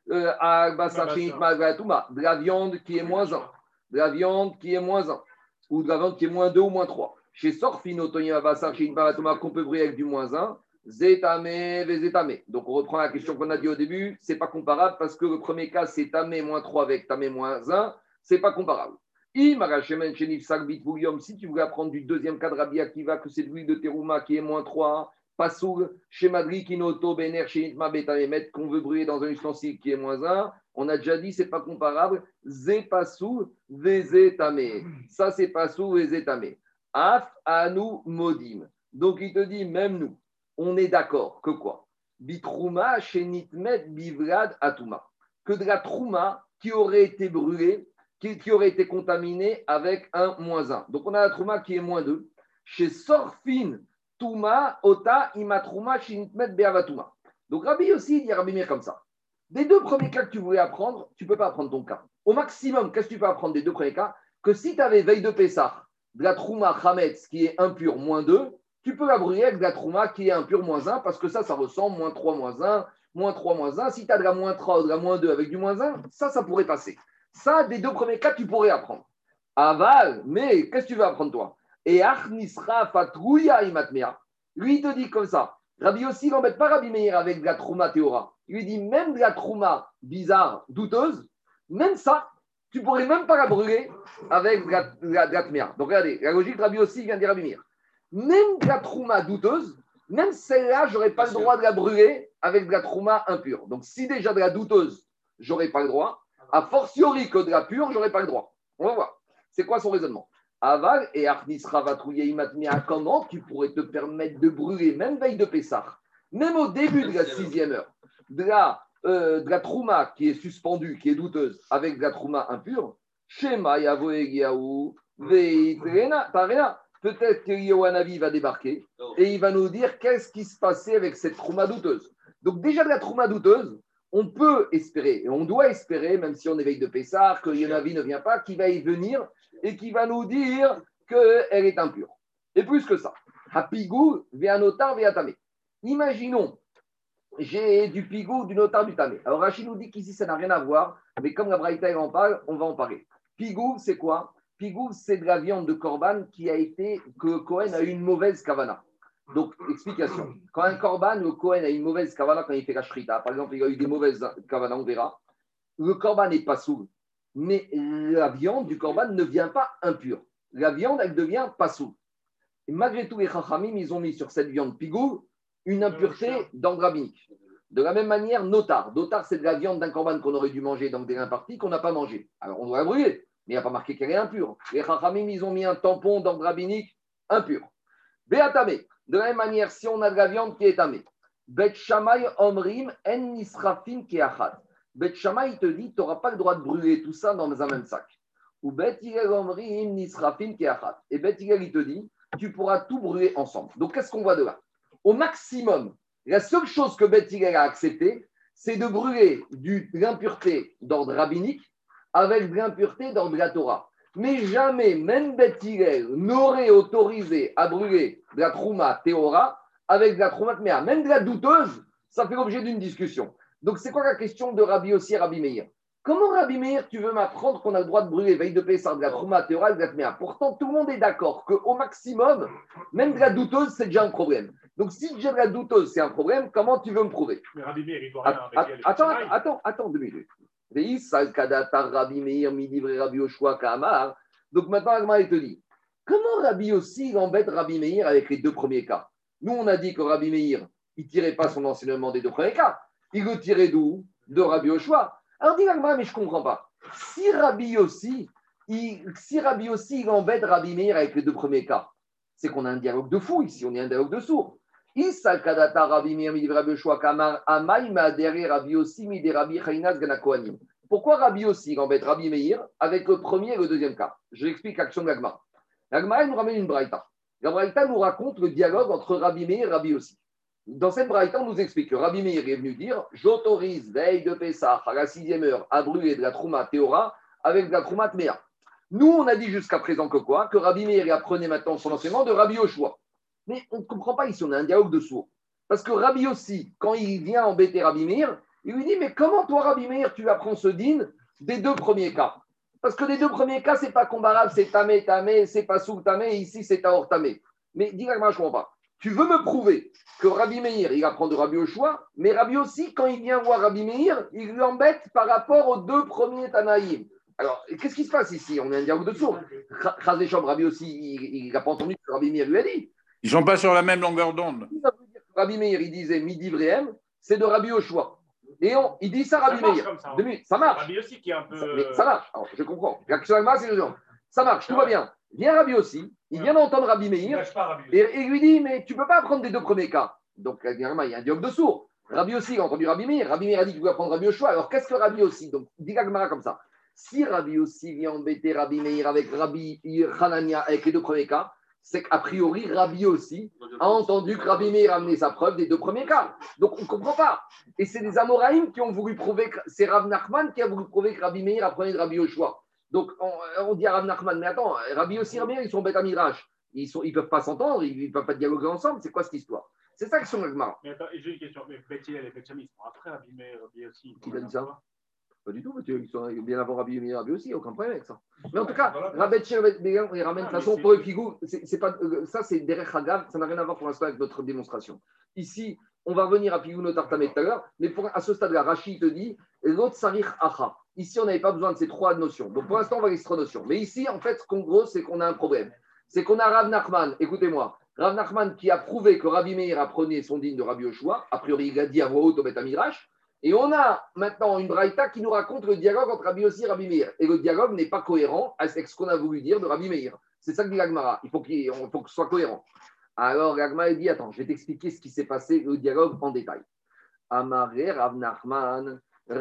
de la viande qui est moins 1, de la viande qui est moins 1, ou de la viande qui est moins 2 ou moins 3. Chez Sorfin Otoibe, qu'on peut brûler avec du moins 1, Zetame, Zetame. Donc on reprend la question qu'on a dit au début, c'est pas comparable parce que le premier cas c'est Tamé moins 3 avec Tamé moins 1, c'est pas comparable. Si tu voulais apprendre du deuxième cas de Rabbi Akiva, que c'est de l'huile de terouma qui est moins 3, Pasoul, chez Madri, Kinoto, Bener, Shinitma, Betamemet, qu'on veut brûler dans un ustensile qui est moins 1, on a déjà dit, c'est pas comparable. Zé Pasoul, Vezé Tamé. Ça, c'est Pasoul, Vezé Tamé. Af, Anou, Modim. Donc, il te dit, même nous, on est d'accord que quoi? Bitrouma, Shinitmet, Bivrad, Atouma. Que de la trouma qui aurait été brûlée, qui aurait été contaminé avec un moins 1. Donc, on a la trouma qui est moins 2. Chez Sorfin, Touma, Ota, Imatrouma, Shinitmet, Beavatuma. Donc, Rabbi aussi dit Rabbi Meir comme ça. Des deux premiers cas que tu voulais apprendre, tu ne peux pas apprendre ton cas. Au maximum, qu'est-ce que tu peux apprendre des deux premiers cas? Que si tu avais veille de Pessah, de la trouma Chametz qui est impure moins 2, tu peux la brûler avec de la trouma qui est impure moins 1 parce que ça ressemble moins 3, moins 1, moins 3, moins 1. Si tu as de la moins 3 ou de la moins 2 avec du moins 1, ça pourrait passer. Ça, des deux premiers cas, tu pourrais apprendre. Aval, mais qu'est-ce que tu veux apprendre toi? Et Achnisra Fatrouya Imatmea. Lui, il te dit comme ça. Rabbi aussi n'embête pas Rabbi Meir avec de la trouma théora. Il lui dit même de la trouma bizarre, douteuse, même ça, tu pourrais même pas la brûler avec de la tméa. Donc regardez, la logique Rabbi aussi vient de dire Rabbi Meir. Même de la trouma douteuse, même celle-là, je n'aurais pas le droit de la brûler avec de la trouma impure. Donc si déjà de la douteuse, j'aurais pas le droit. A fortiori que de la pure, je n'aurais pas le droit. On va voir. C'est quoi son raisonnement? Aval et Arnis Ravatrouye Imatmea, comment tu pourrais te permettre de brûler, même veille de Pessah, même au début de la 6e heure, de la trouma qui est suspendue, qui est douteuse, avec de la trouma impure, Shema Yavo Egiaou, Veitrena, Tarena. Peut-être que Yohanavi va débarquer et il va nous dire qu'est-ce qui se passait avec cette trouma douteuse. Donc, déjà de la trouma douteuse, on peut espérer, et on doit espérer, même si on éveille de Pessah, que Yonavi ne vient pas, qu'il va y venir et qu'il va nous dire qu'elle est impure. Et plus que ça, Hapigou, Veanotar, Veatame. Imaginons, j'ai du pigou, du notar, du tamé. Alors Rachid nous dit qu'ici, ça n'a rien à voir, mais comme la Braïta en parle, on va en parler. Pigou, c'est quoi? Pigou, c'est de la viande de Corban que Cohen a eu une mauvaise kavana. Donc, explication. Quand un Corban, le Cohen a une mauvaise kavana quand il fait la shrita, par exemple, il a eu des mauvaises kavana, on verra. Le Corban n'est pas sourd, mais la viande du Corban ne vient pas impure. La viande, elle devient pas sourd. Et malgré tout, les Chachamim, ils ont mis sur cette viande pigou une impureté d'ordre rabbinique. De la même manière, notar. Notar, c'est de la viande d'un Corban qu'on aurait dû manger dans des impartis qu'on n'a pas mangé. Alors, on doit la brûler, mais il n'y a pas marqué qu'elle est impure. Les Chachamim, ils ont mis un tampon d'ordre rabbinique impur. Béatame. De la même manière, si on a de la viande qui est tamée, Bet Shamay Omrim En Nisrafim Keachat. Bet Shamay, il te dit, tu n'auras pas le droit de brûler tout ça dans un même sac. Ou Bet Hillel Omrim Nisrafim Keachat. Et Bet Hillel, il te dit, tu pourras tout brûler ensemble. Donc, qu'est-ce qu'on voit de là? Au maximum, la seule chose que Bet Hillel a accepté, c'est de brûler de l'impureté d'ordre rabbinique avec de l'impureté d'ordre de la Torah. Mais jamais, même Beth Hillel n'aurait autorisé à brûler de la trouma théora avec de la trouma tméa. Même de la douteuse, ça fait l'objet d'une discussion. Donc, c'est quoi la question de Rabbi aussi et Rabbi Meir? Comment Rabbi Meir, tu veux m'apprendre qu'on a le droit de brûler veille de Pessah de la Trouma, Théora et de la Tméa? Pourtant, tout le monde est d'accord qu'au maximum, même de la douteuse, c'est déjà un problème. Donc, si déjà de la douteuse, c'est un problème, comment tu veux me prouver? Mais Rabbi Meir, il doit rien avec elle. Attends 2 minutes. Rabbi Meir, Midivre, Rabbi Yoshua, Kamar. Donc, maintenant, Agma, il te dit, comment Rabbi aussi il embête Rabbi Meir avec les deux premiers cas? Nous, on a dit que Rabbi Meir, il ne tirait pas son enseignement des deux premiers cas. Il le tirait d'où? De Rabbi Yoshua. Alors, dis Agma, mais je ne comprends pas. Si Rabbi aussi, il embête Rabbi Meir avec les deux premiers cas, c'est qu'on a un dialogue de fou ici, on est un dialogue de sourds. Issa kadata Rabbi Meir midivre Rabbi Yoshua kamar amay ma'adere Rabbi Yossi mide Rabbi Chaynaz gana Kohanim. Pourquoi Rabbi Yossi embête Rabbi Meir avec le premier et le deuxième cas? Je l'explique l'action de l'Agma. L'Agma nous ramène une braïta. La braïta nous raconte le dialogue entre Rabbi Meir et Rabbi Yossi. Dans cette braïta, on nous explique que Rabbi Meir est venu dire j'autorise veille de Pessah à la 6e heure à brûler de la Trouma Théora avec de la Trouma Tméa. Nous, on a dit jusqu'à présent que quoi? Que Rabbi Meir apprenait maintenant son enseignement de Rabbi Yoshua. Mais on ne comprend pas ici, on a un dialogue de sourds. Parce que Rabbi Yossi, quand il vient embêter Rabbi Meir, il lui dit mais comment toi, Rabbi Meir, tu apprends ce din des deux premiers cas? Parce que les deux premiers cas, ce n'est pas comparable, c'est tamé, tamé, c'est pas soul tamé, ici c'est taor tamé. Mais dis-moi, je ne comprends pas. Tu veux me prouver que Rabbi Meir, il apprend de Rabbi Yoshua, mais Rabbi Yossi, quand il vient voir Rabbi Meir, il lui embête par rapport aux deux premiers Tanaïm. Alors, qu'est-ce qui se passe ici? On a un dialogue de sourds. Chazécham, Rabbi Yossi, il n'a pas entendu ce que Rabbi Meir lui a dit. Ils ne sont pas sur la même longueur d'onde. Rabbi Meir, il disait midi Vrehem, c'est de Rabbi Yoshua. Et il dit ça, Rabbi Meir. Ça, ça marche. Rabbi Yossi qui est un peu. Mais ça marche. Alors, je comprends. Ça marche, tout va bien. Vient Rabbi Yossi, il vient d'entendre Rabbi Meir et il lui dit mais tu ne peux pas apprendre des deux premiers cas. Donc, il y a un dialogue de sourds. Rabbi Yossi a entendu Rabbi Meir. Rabbi Meir a dit qu'il pouvait apprendre Rabbi Yoshua. Alors, qu'est-ce que Rabbi Yossi? Donc, dit Gagmara comme ça. Si Rabbi Yossi vient embêter Rabbi Meir avec Rabbi Hanania avec les deux premiers cas, c'est qu'a priori, Rabbi Yossi a entendu que Rabbi Meir a amené sa preuve des deux premiers cas. Donc, on ne comprend pas. Et c'est des Amoraïm qui ont voulu prouver que c'est Rav Nachman qui a voulu prouver que Rabbi Meir apprenait de Rabbi Yoshua. Donc, on dit à Rav Nachman, mais attends, Rabbi Yossi et Rabbi Meir, ils sont bêtes à Midrash. Ils ne peuvent pas s'entendre, ils ne peuvent pas dialoguer ensemble. C'est quoi cette histoire? C'est ça que sont Gagmara. Mais attends, j'ai une question. Mais Bethel et Bethsami, ils sont après Rabbi Meir, Rabbi Yossi. Qui a dit ça? Pas du tout, ils sont bien avant Rabbi Meir et Rabbi Yossi, aucun problème avec ça. Mais en tout cas, Rabbi Meir, il ramène de toute façon pour le Kigou, ça c'est derech Hagav, ça n'a rien à voir pour l'instant avec notre démonstration. Ici, on va revenir à Pigou Notartamé tout à l'heure, mais à ce stade-là, Rachid te dit l'autre sarich acha. Ici, on n'avait pas besoin de ces trois notions. Donc pour l'instant, on va les trois notions. Mais ici, en fait, ce qu'on gros, c'est qu'on a un problème. C'est qu'on a Rav Nachman, écoutez-moi, Rav Nachman qui a prouvé que Rabbi Meir apprenait son digne de Rabbi Yoshua, a priori, il a dit à voix haute au Beth Midrash. Et on a maintenant une braïta qui nous raconte le dialogue entre Rabbi Yossi et Rabbi Meir. Et le dialogue n'est pas cohérent avec ce qu'on a voulu dire de Rabbi Meir. C'est ça que dit l'Agmara. Il faut que ce soit cohérent. Alors l'Agmara dit, attends, je vais t'expliquer ce qui s'est passé, le dialogue en détail. Amaré Rav Nachman,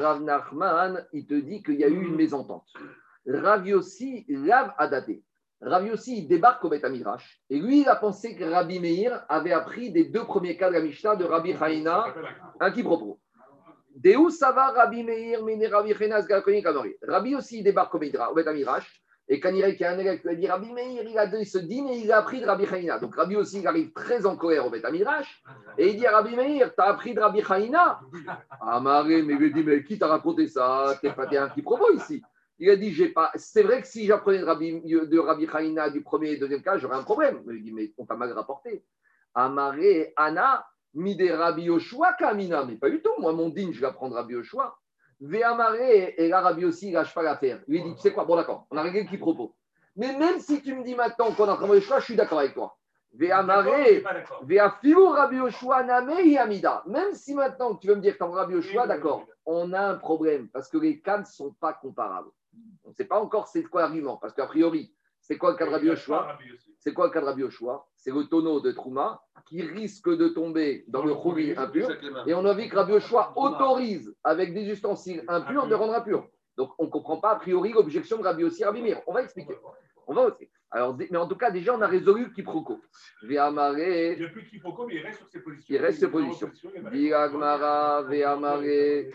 il te dit qu'il y a eu une mésentente. Rav Yossi, Lav Adate. Rav Yossi, il débarque au Beth Midrash. Et lui, il a pensé que Rabbi Meir avait appris des deux premiers cas de la Mishnah de Rabbi Chaina, un quiproquo. D'où ça va Rabbi Meir, Mine Rabbi Chaynaz Galkoni Kamori. Rabbi aussi il débarque au Beth Midrash et quand il y a un élève qui a dit Rabbi Meir, il a donné ce dîme et il a appris de Rabbi Chaina. Donc Rabbi aussi il arrive très en colère au Beth Midrash et il dit à Rabbi Meir, t'as appris de Rabbi Chaina? Ah Maré, mais il lui dit mais qui t'a raconté ça? T'es pas un quiproquo ici. Il a dit j'ai pas. C'est vrai que si j'apprenais de Rabbi Chaina du premier et deuxième cas, j'aurais un problème. Il dit mais on t'a mal rapporté. Amaré, Anna. Mide Rabbi Yoshua Kamina, mais pas du tout. Moi, mon digne, je vais apprendre Rabbi Yoshua. Véamaré, et là, Rabbi aussi, il lâche pas l'affaire. Il lui dit, tu sais quoi, bon, d'accord, on a réglé qui propos. Mais même si tu me dis maintenant qu'on a Rabbi Yoshua, je suis d'accord avec toi. Véamaré, Véafilou Rabbi Yoshua Name Yamida. Même si maintenant tu veux me dire que tu as Rabbi Yoshua, d'accord, on a un problème parce que les cas ne sont pas comparables. On ne sait pas encore c'est quoi l'argument, parce qu'a priori, c'est quoi le cas de Rabbi Yoshua? C'est quoi le cas de Rabbi Yoshua? C'est le tonneau de Trouma qui risque de tomber dans le chouli impur. Et on a vu que Rabbi Yoshua autorise, avec des ustensiles impurs, de rendre impur. Donc, on ne comprend pas a priori l'objection de Rabbi Yossi et Rabbi Meir. On va expliquer. On va aussi. Alors, mais en tout cas, déjà, on a résolu le quiproquo. Il n'y a plus de quiproquo, mais il reste sur ses positions. Il reste sur ses positions. Diagmara, Véamaré.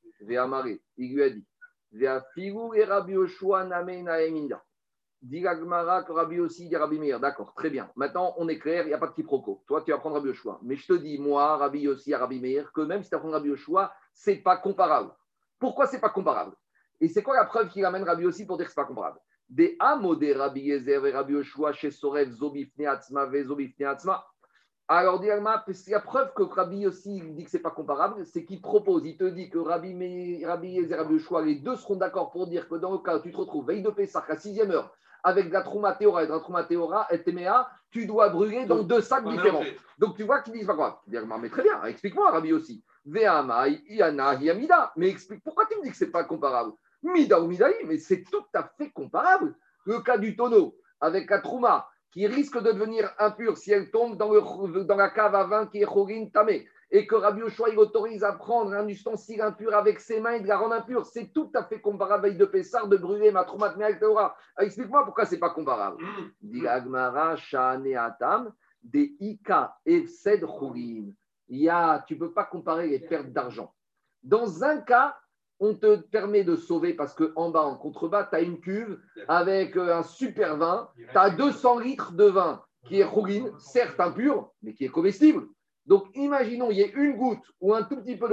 Il lui a dit Véafigou et Rabbi Yoshua Name Naeminda. Dit Gagmara que Rabbi aussi dit Rabbi Meir. D'accord, très bien. Maintenant, on est clair, il n'y a pas de quiproquo. Toi, tu vas prendre Rabbi Yoshua. Mais je te dis, moi, Rabbi Yossi à Rabbi Meir, que même si tu apprends Rabbi Yoshua, c'est pas comparable. Pourquoi c'est pas comparable? Et c'est quoi la preuve qu'il amène Rabbi aussi pour dire que c'est pas comparable? Des Amo des Rabbi Yezer et Rabbi Yoshua chez Sorev Zobifne Atzma ve Zobifne Atzma. Alors, la preuve que Rabbi aussi dit que c'est pas comparable, c'est qu'il propose, il te dit que Rabbi Yezer et Rabbi Yoshua, les deux seront d'accord pour dire que dans le cas où tu te retrouves veille de Pessah à 6e heure, avec de la Trouma Théora et de la Trouma Théora et Téméa, tu dois brûler dans deux sacs différents. Donc tu vois qu'ils disent pas quoi. Mais très bien, explique-moi, Rabbi aussi. Ve'amai, Iana, Yamida. Mais explique, pourquoi tu me dis que c'est pas comparable? Mida ou Midaï, mais c'est tout à fait comparable. Le cas du tonneau avec la Trouma, qui risque de devenir impure si elle tombe dans la cave à vin qui est Chorin Tamé, et que Rabbi Yoshua il autorise à prendre un ustensile impur avec ses mains et de la rendre impure, c'est tout à fait comparable avec de Pessar, de brûler ma Trouma de Théora. Explique-moi pourquoi c'est pas comparable. Dit Agmara, Shane Atam, des Ika Efsed Chorin. Tu ne peux pas comparer les pertes d'argent. Dans un cas, on te permet de sauver parce qu'en bas, en contrebas, tu as une cuve avec un super vin. Tu as 200 litres de vin qui est chourine, certes impur, mais qui est comestible. Donc, imaginons, il y ait une goutte ou un tout petit peu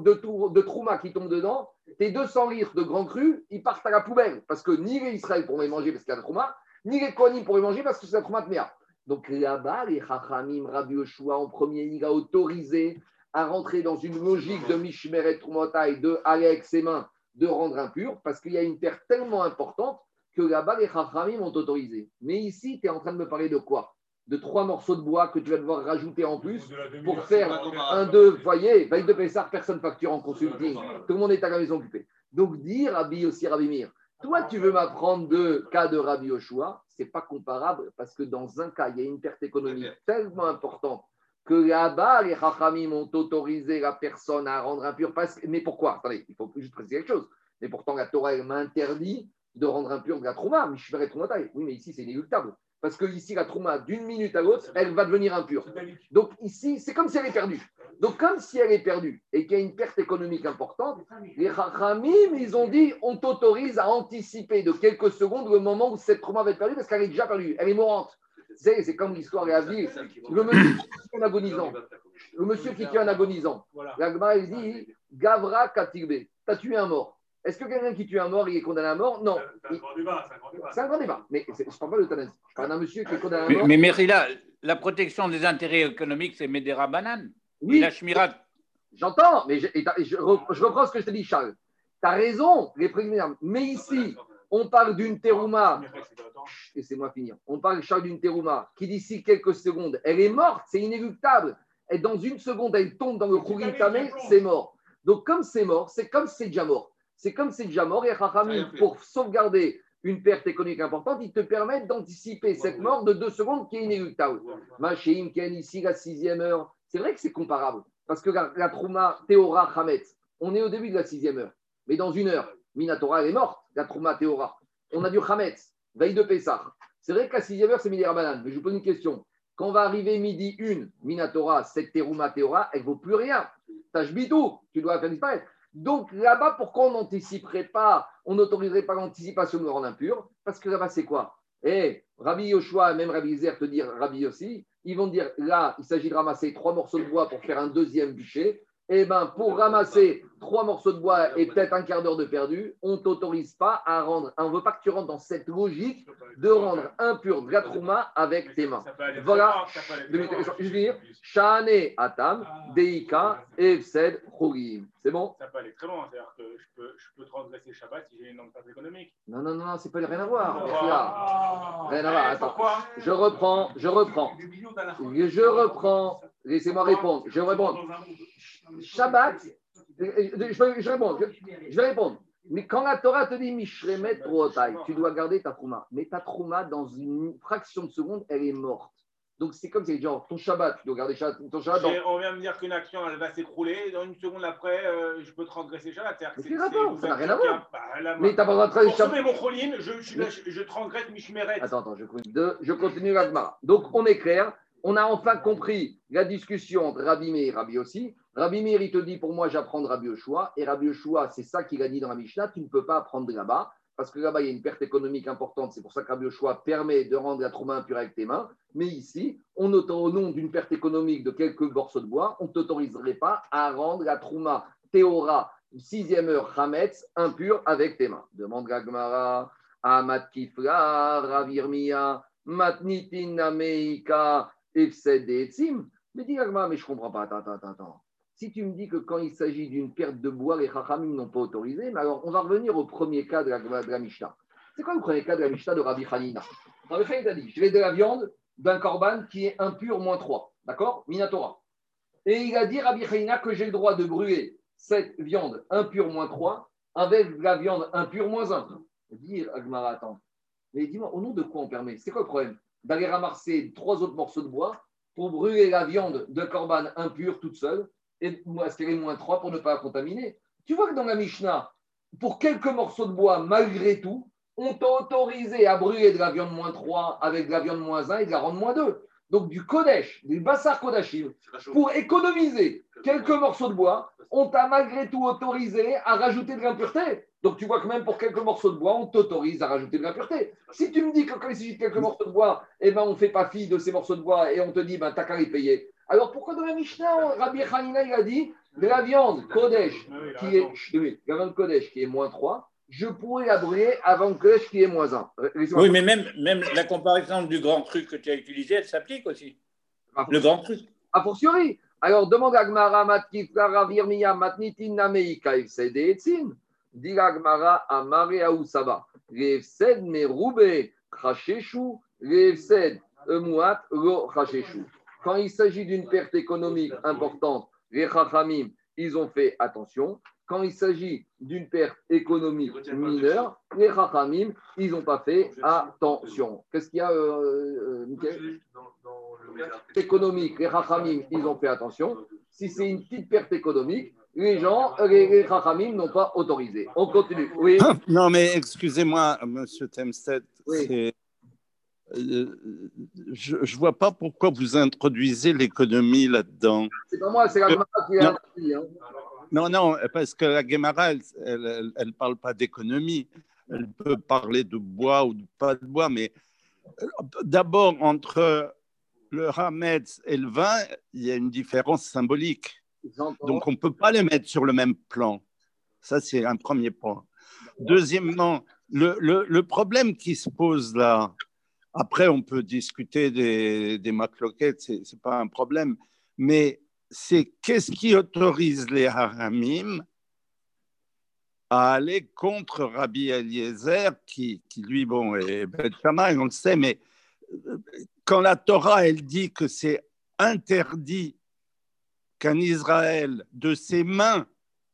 de trouma qui tombe dedans. Tes 200 litres de grand cru, ils partent à la poubelle parce que ni les Israël pourraient manger parce qu'il y a la trouma, ni les Kohanim pourraient manger parce que c'est la trouma de Méa. Donc là-bas, les Chachamim, Rabbi Yoshua, en premier, il a autorisé à rentrer dans une logique de Mishmeret Trumotai, de aller avec ses mains, de rendre impur, parce qu'il y a une terre tellement importante que là-bas, les Chachamim ont autorisé. Mais ici, tu es en train de me parler de quoi? De 3 morceaux de bois que tu vas devoir rajouter en plus pour faire un 2 foyers. Veille de Pessah, personne facture en consulting. Tout le monde est à la maison occupée. Donc, dit Rabbi aussi, Rabbi Mir, toi, tu veux m'apprendre de cas de Rabbi Yoshua, ce n'est pas comparable parce que dans un cas, il y a une perte économique tellement importante que là-bas, les Chachamim ont autorisé la personne à rendre impure. Mais pourquoi? Attendez, il faut juste préciser quelque chose. Mais pourtant, la Torah m'interdit de rendre impure de la Trouma. Mishmeret Trumotai. Oui, mais ici, c'est inéluctable. Parce que ici, la Trouma, d'une minute à l'autre, elle va devenir impure. Donc ici, c'est comme si elle est perdue. Donc, comme si elle est perdue et qu'il y a une perte économique importante, les Chachamim, ils ont dit, on t'autorise à anticiper de quelques secondes le moment où cette Trouma va être perdue parce qu'elle est déjà perdue. Elle est mourante. C'est comme l'histoire est à dire. Le monsieur qui tue un agonisant. Le monsieur qui tue un agonisant. La Gemara, il dit, Gavra Katigbe, tu as tué un mort. Est-ce que quelqu'un qui tue un mort, il est condamné à mort? Non. C'est un grand débat. Mais je ne parle pas d'euthanasie. Je parle d'un monsieur qui est condamné à mort. Mais Merila, la protection des intérêts économiques, c'est Medera Banane. Oui. Et la Shmirat. J'entends, mais je reprends ce que je te dis, Charles. Tu as raison, les préliminaires. Mais ici, on parle d'une terouma. Laissez-moi finir. On parle, Charles, d'une terouma qui, d'ici quelques secondes, elle est morte, c'est inéluctable. Et dans une seconde, elle tombe dans le Khourin Tamé, c'est mort. Donc, comme c'est mort, c'est comme c'est déjà mort. C'est comme c'est déjà mort. Et Chachamim, pour sauvegarder une perte économique importante, ils te permettent d'anticiper cette mort de 2 secondes qui est inéluctable. Machéim, Ken, ici, la 6e heure. C'est vrai que c'est comparable. Parce que la Trouma, Théora, Hametz, on est au début de la 6e heure. Mais dans 1 heure, Minatora, elle est morte, la Trouma, Théora. On a du Hametz, veille de Pessah. C'est vrai que la 6e heure, c'est Midi Rabanan. Mais je vous pose une question. Quand on va arriver midi 1, Minatora, cette Terouma, Théora, elle ne vaut plus rien. Tachbitou, tu dois la faire disparaître. Donc là-bas, pourquoi on n'anticiperait pas, on n'autoriserait pas l'anticipation de le rendre impur? Parce que là-bas, c'est quoi? Rabbi Yoshua, même Rabbi Yezer, te dire Rabbi aussi, ils vont dire là, il s'agit de ramasser 3 morceaux de bois pour faire un 2e bûcher. Pour ramasser 3 morceaux de bois et peut-être un quart d'heure de perdu, on ne t'autorise pas à rendre, on ne veut pas que tu rentres dans cette logique de rendre impur de la trouma avec tes mains. Voilà, je vais dire, Shane Atam, Deika, Efsed, Chougim. C'est bon? Ça peut aller très loin, c'est-à-dire que je peux transgresser Shabbat si j'ai une perte économique. Non, c'est pas rien à voir. Rien à voir, attends. Je reprends. Laissez-moi répondre. Je réponds. Shabbat, je vais répondre. Mais quand la Torah te dit Mishremet Rotai, tu dois garder ta trouma. Mais ta trouma, dans une fraction de seconde, elle est morte. Donc c'est comme si genre ton Shabbat, tu dois garder ton Shabbat. On vient me dire qu'une action elle va s'écrouler, dans 1 seconde après, je peux transgresser Shabbat. Mais c'est rapport, ça n'a rien à voir. Mais t'as pas le droit de transgresser Shabbat. Pour sauver mon cholim, je transgresse Mishmeret. Attends, je continue la Gemara. Donc on est clair. On a enfin compris la discussion entre Rabbi Meir et Rabbi aussi. Rabbi Meir, il te dit, pour moi, j'apprends de Rabbi Yoshua. Et Rabbi Yoshua, c'est ça qu'il a dit dans la Mishnah, tu ne peux pas apprendre de là-bas, parce que là-bas, il y a une perte économique importante. C'est pour ça que Rabbi Yoshua permet de rendre la trouma impure avec tes mains. Mais ici, au nom d'une perte économique de quelques morceaux de bois, on ne t'autoriserait pas à rendre la trouma Théora, 6e heure, Hametz, impur avec tes mains. Demande la Gemara, Amat Kifla, Ravirmia, Matnitin Nameika, Efsed Etzim. Mais dis la Gemara, mais je ne comprends pas, attends. Si tu me dis que quand il s'agit d'une perte de bois, les Chachamim n'ont pas autorisé, mais alors on va revenir au premier cas de la Mishnah. C'est quoi le premier cas de la Mishnah de Rabbi Hanina? Rabbi Hanina a dit, je vais de la viande d'un korban qui est impur moins 3, d'accord? Minatora. Et il a dit, Rabbi Hanina, que j'ai le droit de brûler cette viande impure moins 3 avec la viande impure moins 1. Dire Agmara, attends, mais dis-moi, au nom de quoi on permet? C'est quoi le problème? D'aller ramasser 3 autres morceaux de bois pour brûler la viande de korban impure toute seule et aspirer moins 3 pour ne pas la contaminer. Tu vois que dans la Mishnah, pour quelques morceaux de bois, malgré tout, on t'a autorisé à brûler de la viande moins 3 avec de la viande moins 1 et de la rendre moins 2. Donc du Kodesh, du Bassar Kodashim, pour économiser quelques morceaux de bois, on t'a malgré tout autorisé à rajouter de l'impureté. Donc tu vois que même pour quelques morceaux de bois, on t'autorise à rajouter de l'impureté. Si tu me dis que quand il s'agit de quelques morceaux de bois, on ne fait pas fi de ces morceaux de bois et on te dit, t'as qu'à les payer. Alors pourquoi dans la Mishnah, Rabbi Hanina, il a dit, de la viande Kodesh, la viande Kodesh qui est moins 3, je pourrais la brûler avant le Kodesh qui est moins 1. Oui, mais même la comparaison du grand cru que tu as utilisé, elle s'applique aussi. Le grand cru. A fortiori. Alors demande à Gmara, Matkifla, Ravirmiya, Matnitin, Nameika, Efsed et Etzin. Dit la Gmara, Amare Aousaba. L'Efsed, mais Roube, Chacheshu, l'Efsed, Mouat, Lo, Chacheshu. Quand il s'agit d'une perte économique importante, les Chachamim, ils ont fait attention. Quand il s'agit d'une perte économique mineure, les Chachamim, ils n'ont pas fait attention. Qu'est-ce qu'il y a, Michael? Économique, les Chachamim, ils ont fait attention. Si c'est une petite perte économique, les Chachamim n'ont pas autorisé. On continue. Oui. Non, mais excusez-moi, Monsieur Temstedt, Oui. je ne vois pas pourquoi vous introduisez l'économie là-dedans. C'est pas moi, c'est la Gemara qui l'a introduit. Non, parce que la Gemara, elle ne parle pas d'économie. Elle peut parler de bois ou de pas de bois, mais d'abord, entre le Hametz et le vin, il y a une différence symbolique. Donc, on ne peut pas les mettre sur le même plan. Ça, c'est un premier point. Deuxièmement, le problème qui se pose là, après, on peut discuter des macloquettes, ce n'est pas un problème, mais c'est qu'est-ce qui autorise les haramim à aller contre Rabbi Eliezer, qui lui, bon, est Beth Shammai, on le sait, mais quand la Torah, elle dit que c'est interdit qu'un Israël, de ses mains,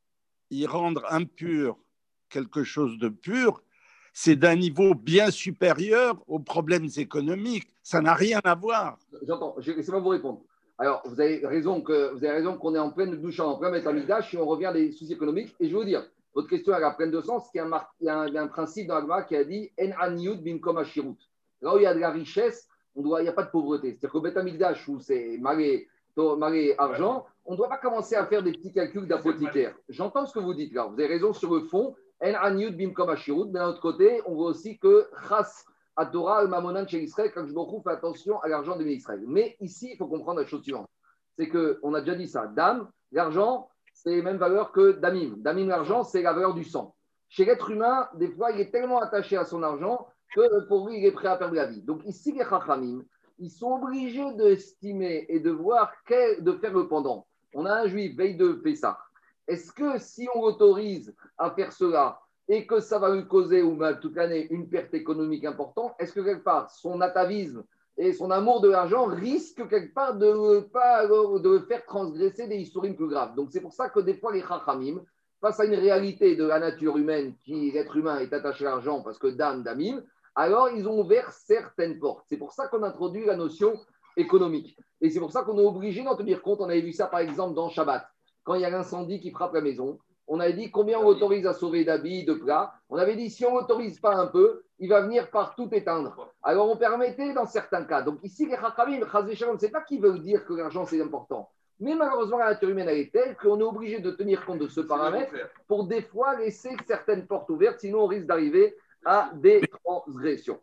y rendre impur quelque chose de pur, c'est d'un niveau bien supérieur aux problèmes économiques. Ça n'a rien à voir. J'entends, laissez-moi vous répondre. Alors, vous avez raison qu'on est en pleine douche, en plein Betamikdash, si on revient des soucis économiques. Et je veux vous dire, votre question elle a pleine de sens. Il y a un principe dans la Gemara qui a dit En aniyut bimkom hashirut. Là où il y a de la richesse, il n'y a pas de pauvreté. C'est-à-dire qu'au Betamikdash, où c'est maré argent, on ne doit pas commencer à faire des petits calculs d'apothicaire. J'entends ce que vous dites là. Vous avez raison sur le fond. En aniyut bimkom hashirut. Mais d'un autre côté, on voit aussi que chas à Torah, le mamonan chez Israël, quand je me trouve, fait attention à l'argent de Israël. Mais ici, il faut comprendre la chose suivante. C'est qu'on a déjà dit ça. Dam, l'argent, c'est les mêmes valeurs que damim. Damim, l'argent, c'est la valeur du sang. Chez l'être humain, des fois, il est tellement attaché à son argent que pour lui, il est prêt à perdre la vie. Donc ici, les chachamim, ils sont obligés d'estimer et de voir, de faire le pendant. On a un juif, veille de Pessah. Est-ce que si on l'autorise à faire cela, et que ça va lui causer, ou même toute l'année, une perte économique importante, est-ce que quelque part, son atavisme et son amour de l'argent risquent quelque part de le faire transgresser des histoires plus graves? Donc c'est pour ça que des fois, les chachamim, face à une réalité de la nature humaine, qui l'être humain est attaché à l'argent parce que damim, alors ils ont ouvert certaines portes. C'est pour ça qu'on introduit la notion économique. Et c'est pour ça qu'on est obligé d'en tenir compte. On avait vu ça par exemple dans Shabbat, quand il y a l'incendie qui frappe la maison. On avait dit combien on autorise à sauver d'habits, de plats. On avait dit si on n'autorise pas un peu, il va venir partout éteindre. Alors on permettait dans certains cas. Donc ici, les Chachamim, on ne sait pas qui veut dire que l'argent c'est important. Mais malheureusement, la nature humaine elle est telle qu'on est obligé de tenir compte de ce paramètre pour des fois laisser certaines portes ouvertes, sinon on risque d'arriver à des transgressions.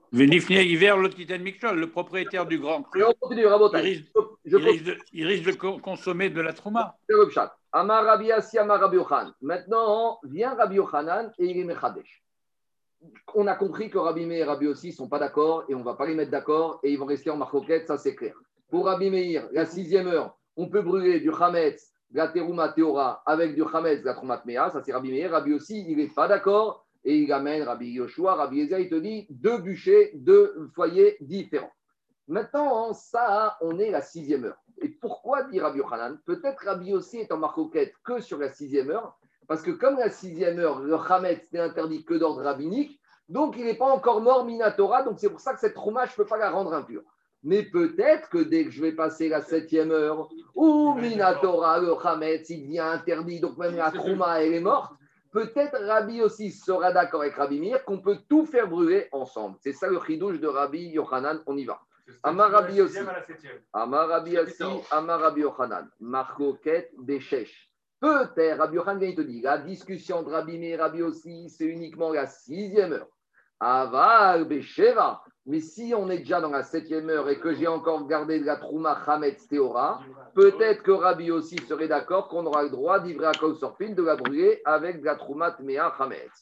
Le propriétaire du Grand Cru, il risque de consommer de la trouma. Amar Rabbi Assi, Amar Rabbi Yochanan. Maintenant, vient Rabbi Yochanan et il est Mechadesh. On a compris que Rabbi Meir et Rabbi aussi ne sont pas d'accord et on ne va pas les mettre d'accord et ils vont rester en marcoquette, ça c'est clair. Pour Rabbi Meir, la 6e heure, on peut brûler du Hametz, de la Terouma Teora avec du Hametz, de la Trouma Tmea, ça c'est Rabbi Meir. Rabbi aussi, il n'est pas d'accord et il amène Rabbi Yoshua, Rabbi Ezra, il te dit 2 bûchers, 2 foyers différents. Maintenant, ça, on est la 6e heure. Et pourquoi dit Rabbi Yochanan? Peut-être Rabbi aussi est en marcoquette que sur la 6e heure, parce que comme la 6e heure, le Hametz n'est interdit que d'ordre rabbinique, donc il n'est pas encore mort Minatora, donc c'est pour ça que cette trouma, je ne peux pas la rendre impure. Mais peut-être que dès que je vais passer la 7e heure, où Minatora, le Hametz, il devient interdit, donc même la trouma, elle est morte, peut-être Rabbi aussi sera d'accord avec Rabbi Meir qu'on peut tout faire brûler ensemble. C'est ça le chidouche de Rabbi Yochanan, on y va. Amar Rabbi aussi, Amar Rabbi Assi, Amar Rabbi Yochanan, Marcoquette Béchesh. Peut-être, Rabbi Yochanan vient te dire, la discussion de Rabbi Meir et Rabbi aussi, c'est uniquement la 6e heure. Aval Besheva. Mais si on est déjà dans la 7e heure et que j'ai encore gardé de la Trouma Hametz Teora, peut-être que Rabbi aussi serait d'accord qu'on aura le droit d'ivrer à Kol-Sorfin, de la brûler avec de la Trouma Tmea Hametz.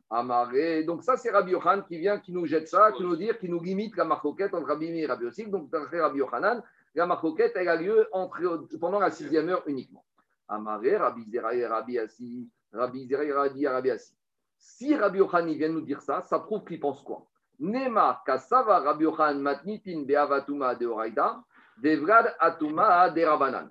Amaré. Donc ça, c'est Rabbi Yochanan qui vient, qui nous jette ça, qui nous dit, qui nous limite la marcoquette entre Rabbi Meir et Rabbi aussi. Donc, d'après Rabbi Yochanan, la marcoquette, elle a lieu pendant la 6e heure uniquement. Amaré, Rabbi Zera et Rabbi Assi, Rabbi Zera et Rabbi Assi. Si Rabbi Yochanan vient nous dire ça, ça prouve qu'il pense quoi? Nema kasava Rabbi Yochanan matnitin beavatuma de Oraida, devrad atuma de Rabanan.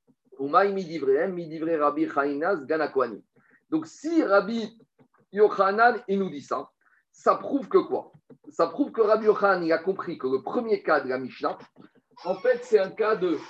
Umaï midivre Rabbi Chainas ganakwani. Donc si Rabbi Yochanan, il nous dit ça, ça prouve que quoi? Ça prouve que Rabbi Yochanan, il a compris que le premier cas de la Mishnah, en fait, c'est un cas de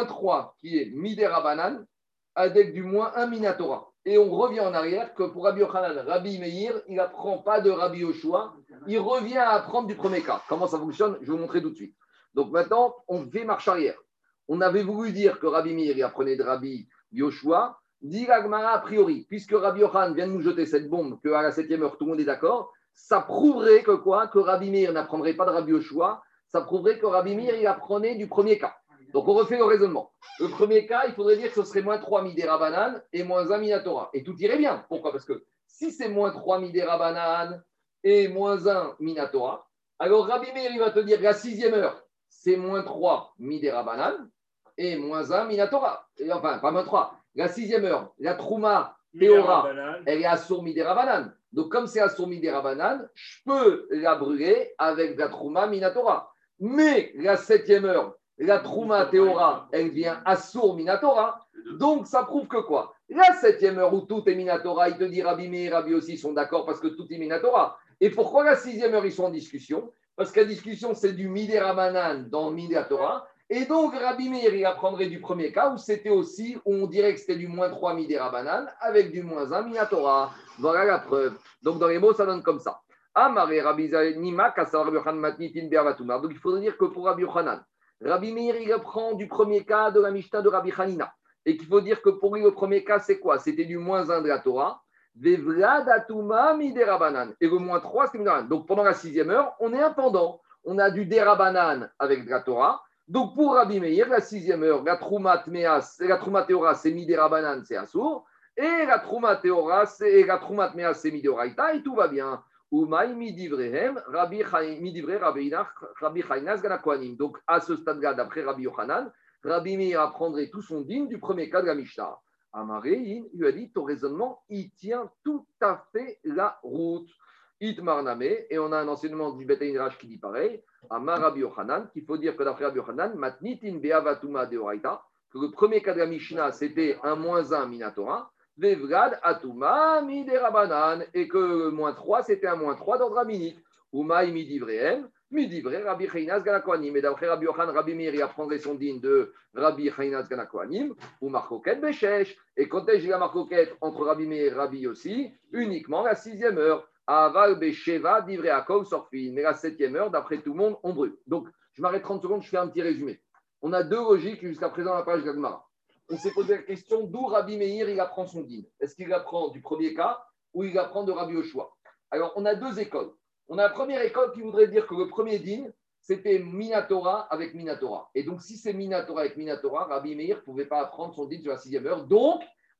-3 qui est Midé Rabanan avec du -1 Minatora. Et on revient en arrière que pour Rabbi Yochanan, Rabbi Meir, il n'apprend pas de Rabbi Yoshua, il revient à apprendre du premier cas. Comment ça fonctionne? Je vais vous montrer tout de suite. Donc maintenant, on fait marche arrière. On avait voulu dire que Rabbi Meir, il apprenait de Rabbi Yoshua. Dit l'Agmara a priori, puisque Rabbi Yochanan vient de nous jeter cette bombe, qu'à la 7e heure, tout le monde est d'accord, ça prouverait que quoi? Que Rabbi Meir n'apprendrait pas de Rabbi Yoshua, ça prouverait que Rabbi Meir, il apprenait du premier cas. Donc on refait le raisonnement. Le premier cas, il faudrait dire que ce serait -3 Midé Rabanan et -1 Minatora. Et tout irait bien. Pourquoi? Parce que si c'est -3 Midé Rabanan et -1 Minatora, alors Rabbi Meir, il va te dire que la 6e heure, c'est -3 Midé Rabanan et -1 Minatora. Et enfin, pas -3. La 6e heure, la Trouma Théora, elle est Assour Midé Rabanan. Donc, comme c'est Assour Midé Rabanan, je peux la brûler avec de la Trouma Minatora. Mais la 7e heure, la Trouma Théora, elle vient Assour Minatora. Donc, ça prouve que quoi? La 7e heure où tout est Minatora, il te dit Rabbi Meir et Rabbi aussi sont d'accord parce que tout est Minatora. Et pourquoi la 6e heure, ils sont en discussion? Parce que la discussion, c'est du Midé Rabanan dans Minatora. Et donc, Rabbi Meir, il apprendrait du premier cas où c'était aussi, où on dirait que c'était du -3 Midé Rabanan avec du -1 Minatora. Voilà la preuve. Donc, dans les mots, ça donne comme ça. Amaré Rabbi Nima, Kassar Rabbi Yochanan Matnitin Be'avatumar. Donc, il faudrait dire que pour Rabbi Yochanan, Rabbi Meir, il apprend du premier cas de la Mishnah de Rabbi Hanina. Et qu'il faut dire que pour lui, le premier cas, c'est quoi? C'était du -1 de la Torah. Vevlad Atuma Midé Rabanan. Et le -3, c'est Midé Rabanan. Donc, pendant la 6e heure, on est un pendant. On a du Derabanan avec de la Torah. Donc, pour Rabbi Meir, la 6e heure, la Trouma Teora, c'est Midé Rabanan, c'est Assour. Et la Trouma Teora, la Trouma Tmea, c'est Midé Oraita, et tout va bien. Umaï midivrehem, Rabbi Chainas Ganakwanim. Donc, à ce stade-là, d'après Rabbi Yochanan, Rabbi Meir apprendrait tout son dîme du premier cas de la Mishnah. Amaré, il lui a dit, ton raisonnement, il tient tout à fait la route. Itmarname, et on a un enseignement du Beth Midrash qui dit pareil, Amar Rabbi Yochanan, qu'il faut dire que d'après Rabbi Yochanan, Matnitin Beavatuma de Oraita, que le premier cas de la Mishnah, c'était un -1 Minatora, Vevlad Atuma Midé Rabanan, et que le -3, c'était un -3 d'ordre rabbinique. Umaï Midivrehem, Midivre Rabbi Chainas Ganakwanim. Et d'après Rabbi Yochanan, Rabbi Meir, il apprendrait son dîne de Rabbi Chainas Ganakwanim, ou Marcoquette Beshesh. Et quand est-ce la Marcoquette entre Rabbi Meir et Rabbi aussi? Uniquement la 6e heure. Aval Besheva, Divré Akol, Sorfin. Mais la 7e heure, d'après tout le monde, on brûle. Donc, je m'arrête 30 secondes, je fais un petit résumé. On a 2 logiques jusqu'à présent dans la page d'Agmara. On s'est posé la question d'où Rabbi Meir il apprend son dîne. Est-ce qu'il apprend du premier cas ou il apprend de Rabbi Yoshua? Alors, on a 2 écoles. On a la première école qui voudrait dire que le premier dîne, c'était Minatora avec Minatora. Et donc, si c'est Minatora avec Minatora, Rabbi Meir ne pouvait pas apprendre son dîne sur la 6e heure. Donc,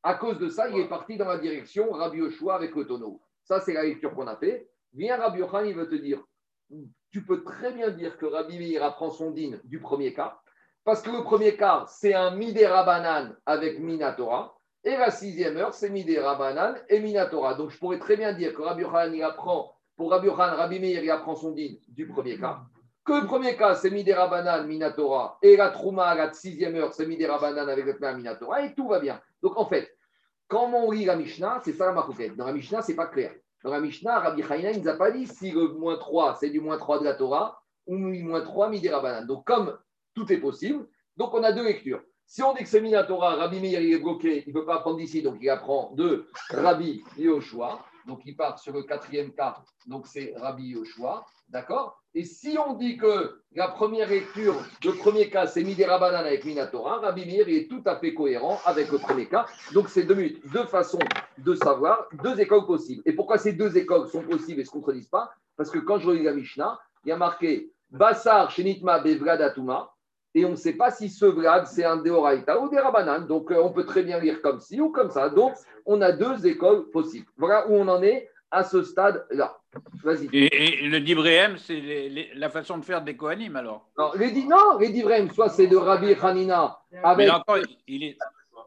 À cause de ça, il est parti dans la direction Rabbi Yoshua avec le tonneau. Ça, c'est la lecture qu'on a fait. Viens Rabbi Yochanan, il veut te dire, tu peux très bien dire que Rabbi Meir apprend son din du premier cas, parce que le premier cas, c'est un Midera Banan avec Minatora, et la sixième heure, c'est Midera Banan et Minatora. Donc, je pourrais très bien dire que Rabbi Yochanan, il apprend, pour Rabbi Yochanan, Rabbi Meir, il apprend son din du premier cas, que le premier cas, c'est Midera Banan, Minatora, et la Trouma, la sixième heure, c'est Midera Banan avec le Minatora, et tout va bien. Donc, en fait, quand on lit la Mishnah, c'est ça la marcoquette. Dans la Mishnah, ce n'est pas clair. Dans la Mishnah, Rabbi Chaina, il ne nous a pas dit si le moins 3, c'est du moins 3 de la Torah ou du moins 3 Midera Banan. Donc, comme tout est possible, donc on a deux lectures. Si on dit que c'est Minatora, Rabbi Meir, il est bloqué, il ne peut pas apprendre d'ici, donc il apprend de Rabbi Yehoshua. Donc, il part sur le quatrième cas, donc c'est Rabbi Yehoshua. D'accord? Et si on dit que la première lecture, le premier cas, c'est Midera Banan avec Minatora, Rabbi Meir est tout à fait cohérent avec le premier cas. Donc, c'est deux façons de savoir, deux écoles possibles. Et pourquoi ces deux écoles sont possibles et ne se contredisent pas? Parce que quand je relis la Mishnah, il y a marqué Bassar Shenitma Bevlad Atuma, et on ne sait pas si ce Vlad, c'est un Deoraita ou des Rabanan. Donc, on peut très bien lire comme ci ou comme ça. Donc, on a deux écoles possibles. Voilà où on en est à ce stade-là. Vas-y. Et le Dibréhem, c'est la façon de faire des Kohanim, alors? Alors, les Dibréhem, soit c'est de Rabbi Hanina avec. Mais là encore, il est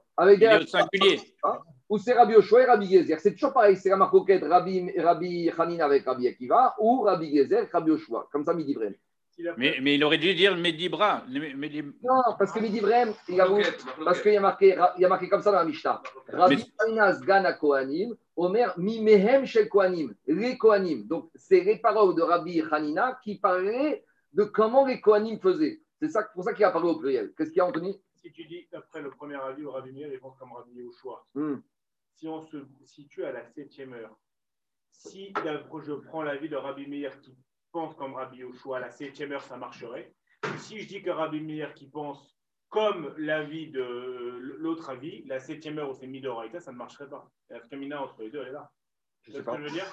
au singulier. Ou c'est Rabbi Yoshua et Rabbi Gezer. C'est toujours pareil, c'est la marcoquette Rabbi Hanina avec Rabbi Akiva ou Rabbi Gezer avec Rabbi Yoshua. Comme ça, Midibréhem. Mais il aurait dû dire Medibra. Non, parce que Midibréhem, parce qu'il y a marqué comme ça dans la Mishnah. Rabbi Hanina Sgana Kohanim. Omer mimehem shel Kohanim, les Kohanim. Donc, c'est les paroles de Rabbi Hanina qui parlaient de comment les Kohanim faisaient. C'est ça, pour ça qu'il a parlé au pluriel. Qu'est-ce qu'il y a, Anthony? Si tu dis, d'après le premier avis, au Rabbi Meir, il pense comme Rabbi Yehoshua. Si on se situe à la 7e heure, si je prends l'avis de Rabbi Meir qui pense comme Rabbi Yehoshua, à la 7e heure, ça marcherait. Si je dis que Rabbi Meir qui pense comme l'avis de l'autre avis, la 7e heure où c'est Midoraita, ça ne marcherait pas. La Kamina entre les deux, elle est là. Je sais ce pas. que je veux dire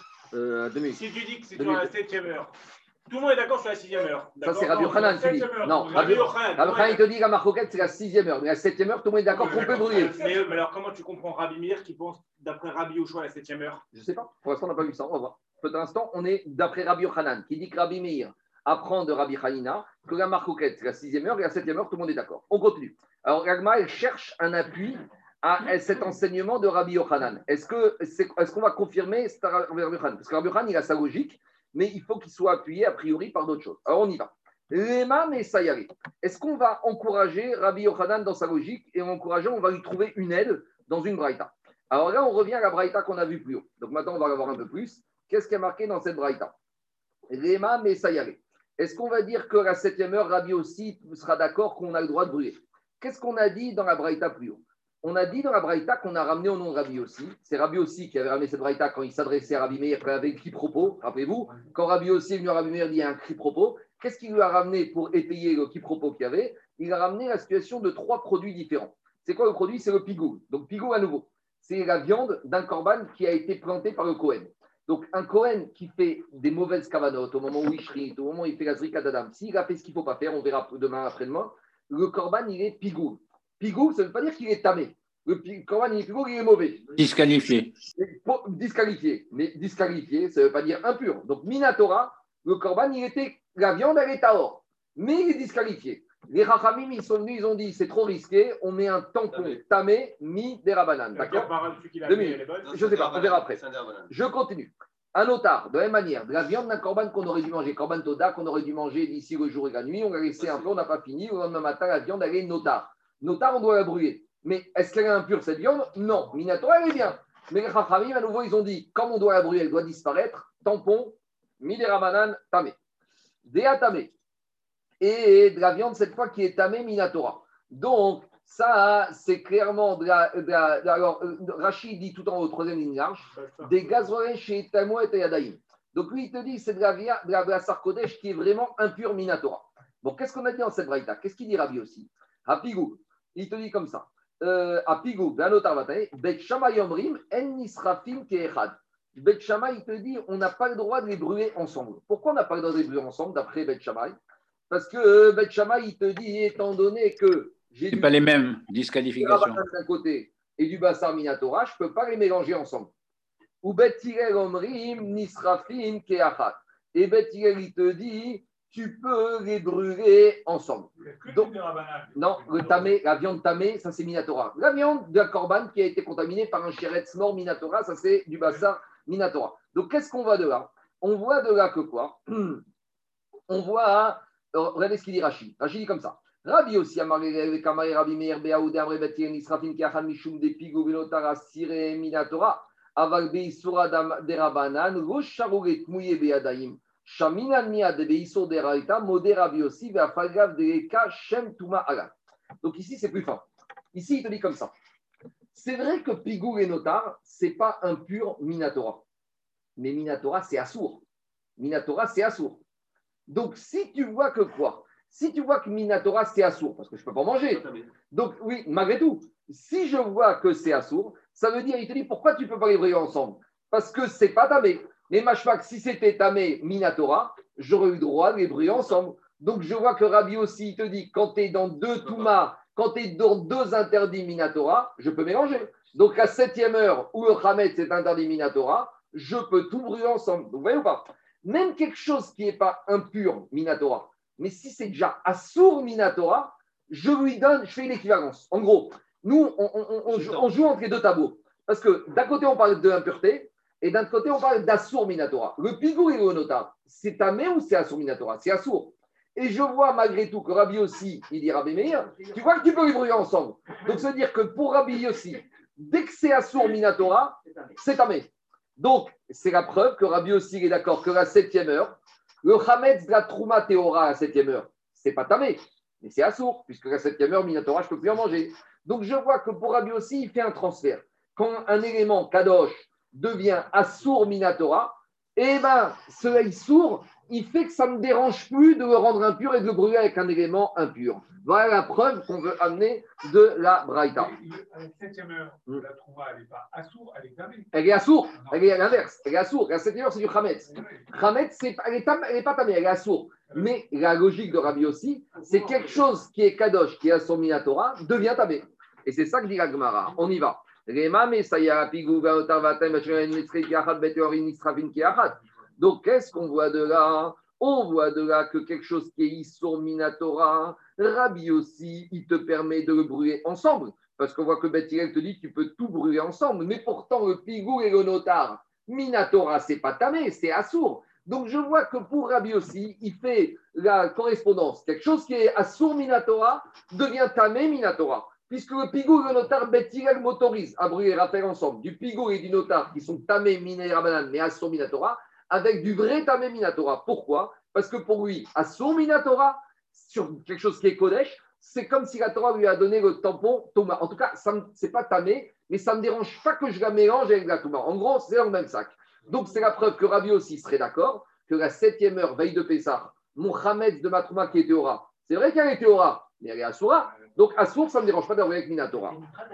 Si tu dis que c'est sur la 7e heure, tout le monde est d'accord sur la 6e heure. Ça, c'est Rabbi Yochanan qui dit. Non, Rabbi Yochanan, il te dit qu'à Marcoquette, c'est la 6e heure. Mais la 7e heure, tout le monde est d'accord qu'on peut brûler. Mais alors, comment tu comprends Rabbi Meir qui pense, d'après Rabbi Yoshua, à la 7e heure? Je ne sais pas. Pour l'instant, on n'a pas vu ça. On va voir. Pour l'instant, on est d'après Rabbi Yochanan qui dit que Rabbi Meir apprend de Rabbi Hanina que la Marcoquette, c'est la 6e heure et la 7e heure, tout le monde est d'accord. On continue. Alors, Ragma, elle cherche un appui à cet enseignement de Rabbi Yochanan. Est-ce qu'on va confirmer Rabbi Yochanan? Parce que Rabbi Yochanan, il a sa logique, mais il faut qu'il soit appuyé a priori par d'autres choses. Alors, on y va. L'Emam et Sayari. Est-ce qu'on va encourager Rabbi Yochanan dans sa logique et en encourageant, on va lui trouver une aide dans une braïta? Alors là, on revient à la braïta qu'on a vue plus haut. Donc maintenant, on va la voir un peu plus. Qu'est-ce qui est marqué dans cette braïta? L'Emam et Sayari. Est-ce qu'on va dire que la 7e heure, Rabbi aussi sera d'accord qu'on a le droit de brûler? Qu'est-ce qu'on a dit dans la braïta plus haut? On a dit dans la braïta qu'on a ramené au nom de Rabbi aussi. C'est Rabbi aussi qui avait ramené cette braïta quand il s'adressait à Rabbi Meir, quand il avait écrit propos. Rappelez-vous, quand Rabbi aussi est venu à Rabbi Meir, il y a un cri propos. Qu'est-ce qu'il lui a ramené pour étayer le quiproquo qu'il y avait? Il a ramené la situation de 3 produits différents. C'est quoi le produit? C'est le pigou. Donc pigou à nouveau. C'est la viande d'un corban qui a été planté par le Kohen. Donc un Kohen qui fait des mauvaises kavanotes au moment où il shrit, au moment où il fait la zrika d'Adam, s'il a fait ce qu'il ne faut pas faire, on verra demain après-demain, le corban il est pigou. Pigou, ça ne veut pas dire qu'il est tamé. Le corban il est pigou, il est mauvais. Disqualifié. Disqualifié. Mais disqualifié, ça ne veut pas dire impur. Donc Minatora, le corban, la viande, elle est tahor. Mais il est disqualifié. Les Rachamim, ils sont venus, ils ont dit c'est trop risqué, on met un tampon tamé, mi des rabanan. D'accord? 2 minutes. Je ne sais pas, on verra après. Je continue. Un otar, de la même manière, de la viande d'un corban qu'on aurait dû manger, corban toda, qu'on aurait dû manger d'ici le jour et la nuit, on l'a laissé un peu, on n'a pas fini, le lendemain matin, la viande, elle est notar. Notar, on doit la brûler. Mais est-ce qu'elle est impure cette viande? Non. Minatora, elle est bien. Mais les Rachamim, à nouveau, ils ont dit comme on doit la brûler, elle doit disparaître, tampon, mi des rabanan, tamé. Déa tamé. Et de la viande, cette fois, qui est tamé minatora. Donc, ça, c'est clairement alors, Rachid dit tout en haut, 3e ligne large, des gazolés chez Tamo et Yadaïm. Donc, lui, il te dit c'est de la sarkodesh qui est vraiment impure minatora. Bon, qu'est-ce qu'on a dit dans cette braïta? Qu'est-ce qu'il dit Rabbi aussi? Apigou, il te dit comme ça. Apigou, Banotar Vatane, Bet Shama Yomrim, En Nisrafim Keechad. Bet Shama, il te dit on n'a pas le droit de les brûler ensemble. Pourquoi on n'a pas le droit de les brûler ensemble, d'après Bet Shama? Parce que Bet Shammai, il te dit, étant donné que j'ai c'est pas les mêmes disqualifications d'un côté et du Bassar Minatora, je ne peux pas les mélanger ensemble. Ou Bet Hillel Omrim Nisrafin Keachat. Et Bet Hillel, il te dit, tu peux les brûler ensemble. Donc, non, la viande tamée, ça c'est Minatora. La viande d'un korban qui a été contaminée par un chéretz mort Minatora, ça c'est du Bassar Minatora. Donc qu'est-ce qu'on voit de là? On voit de là que quoi? On voit, regardez ce qu'il dit Rachid. Rachid dit comme ça. Rabbi aussi, Rabbi Meir, Beaoudé, Amre Bet Hillel, Nisrafin Keachat, Mishum de Pigou, Velotara, Sire Minatora. Aval Beisura derabanan, Rosh Sharuret Mouye Beadaim, Shaminan Miad Beisur deraita, Modé Rabbi aussi, Veafagav Dereka, Shem Touma Ala. Donc ici, c'est plus fin. Ici, il te dit comme ça. C'est vrai que Pigou et Notar, ce n'est pas un pur Minatora. Mais Minatora, c'est Assour. Minatora, c'est Assour. Donc si tu vois que quoi? Si tu vois que Minatora, c'est Assour, parce que je ne peux pas manger. Donc oui, malgré tout, si je vois que c'est Assour, ça veut dire, il te dit, pourquoi tu ne peux pas les brûler ensemble? Parce que ce n'est pas tamé. Mais machmak, si c'était tamé Minatora, j'aurais eu le droit de les brûler ensemble. Donc je vois que Rabbi aussi, il te dit, quand tu es dans deux Touma, quand tu es dans deux interdits Minatora, je peux mélanger. Donc à 7e heure où le Khamet c'est interdit Minatora, je peux tout brûler ensemble. Donc vous voyez ou pas? Même quelque chose qui n'est pas impur Minatora, mais si c'est déjà Assour Minatora, je lui donne, je fais une équivalence. En gros, nous, on joue entre les deux tableaux. Parce que d'un côté, on parle de l'impureté, et d'un côté, on parle d'Assour Minatora. Le Pigou et le Nota, c'est tamé ou c'est Assour Minatora? C'est Assour. Et je vois malgré tout que Rabbi aussi, il dit Rabbi Meir, tu vois que tu peux les brûler ensemble. Donc, ça veut dire que pour Rabbi aussi, dès que c'est Assour Minatora, c'est tamé. Donc, c'est la preuve que Rabbi aussi est d'accord que la 7e heure, le Chametz de la Trouma Théora à la 7e heure, c'est pas tamé, mais c'est Assour, puisque la 7e heure, Minatora, je ne peux plus en manger. Donc, je vois que pour Rabbi aussi, il fait un transfert. Quand un élément Kadosh devient Assour Minatora, eh bien, ce Issour, il fait que ça ne me dérange plus de le rendre impur et de le brûler avec un élément impur. Voilà la preuve qu'on veut amener de la Braïta. À la 7e heure, la Trouma, elle n'est pas Assour, elle est tamée. Elle est Assour, elle est à l'inverse, elle est Assour. La 7e heure, c'est du Chametz. Chametz, elle n'est pas tamée, elle est Assour. Mais la logique de Rabbi aussi, c'est quelque chose qui est Kadosh, qui est Assour Minatora, devient tamé. Et c'est ça que dit la Gemara. On y va. Donc, qu'est-ce qu'on voit de là? On voit de là que quelque chose qui est Issour Minatora, Rabbi aussi, il te permet de le brûler ensemble. Parce qu'on voit que Bet Hillel te dit que tu peux tout brûler ensemble. Mais pourtant, le Pigou et le Notar, Minatora, c'est pas tamé, c'est Assour. Donc, je vois que pour Rabbi aussi, il fait la correspondance. Quelque chose qui est Assour Minatora devient tamé Minatora. Puisque le Pigou et le Notar, Bet Hillel m'autorise à brûler rappel ensemble du Pigou et du Notar qui sont tamé Minatora, mais Assour Minatora, avec du vrai tamé Minatora. Pourquoi? Parce que pour lui, Assour Minatora, sur quelque chose qui est Kodesh, c'est comme si la Torah lui a donné le tampon Touma. En tout cas, ce n'est pas tamé, mais ça ne me dérange pas que je la mélange avec la Touma. En gros, c'est dans le même sac. Donc, c'est la preuve que Rabbi aussi serait d'accord que la 7e heure, veille de Pessah, mon Chametz de ma Touma qui est Théora, c'est vrai qu'elle est Théora, mais elle est Assoura. Donc, Assour, ça ne me dérange pas d'avoir avec Minatora.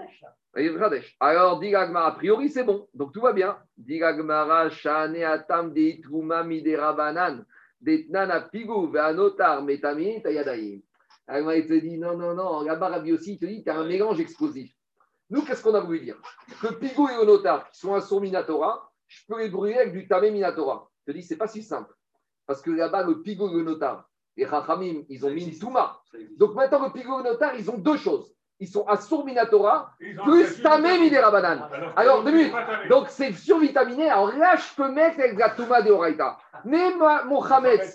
Alors, dit Gagmara, a priori, c'est bon. Donc, tout va bien. Dit Gagmara, Shane Atam de Itruma Miderabanan, Detnana Pigou, Veanotar, Metami, Tayadaïm. Alors, il te dit, non, là-bas, Rabbi aussi, il te dit, tu as un mélange explosif. Nous, qu'est-ce qu'on a voulu dire? Que Pigou et Onotar, qui sont Assour Minatora, je peux les brûler avec du Tamé Minatora. Je te dis, c'est pas si simple. Parce que là-bas, le Pigou et Onotar, les Chachamim, ils ont mis une Touma. Donc maintenant, le Pigou et Notar, ils ont deux choses. Ils sont Assour Minatora, plus Tamé Miderabanan. Alors, 2 minutes. Donc, c'est survitaminé. Alors là, je peux mettre avec la Touma de Oraïta. Mais mon Chametz,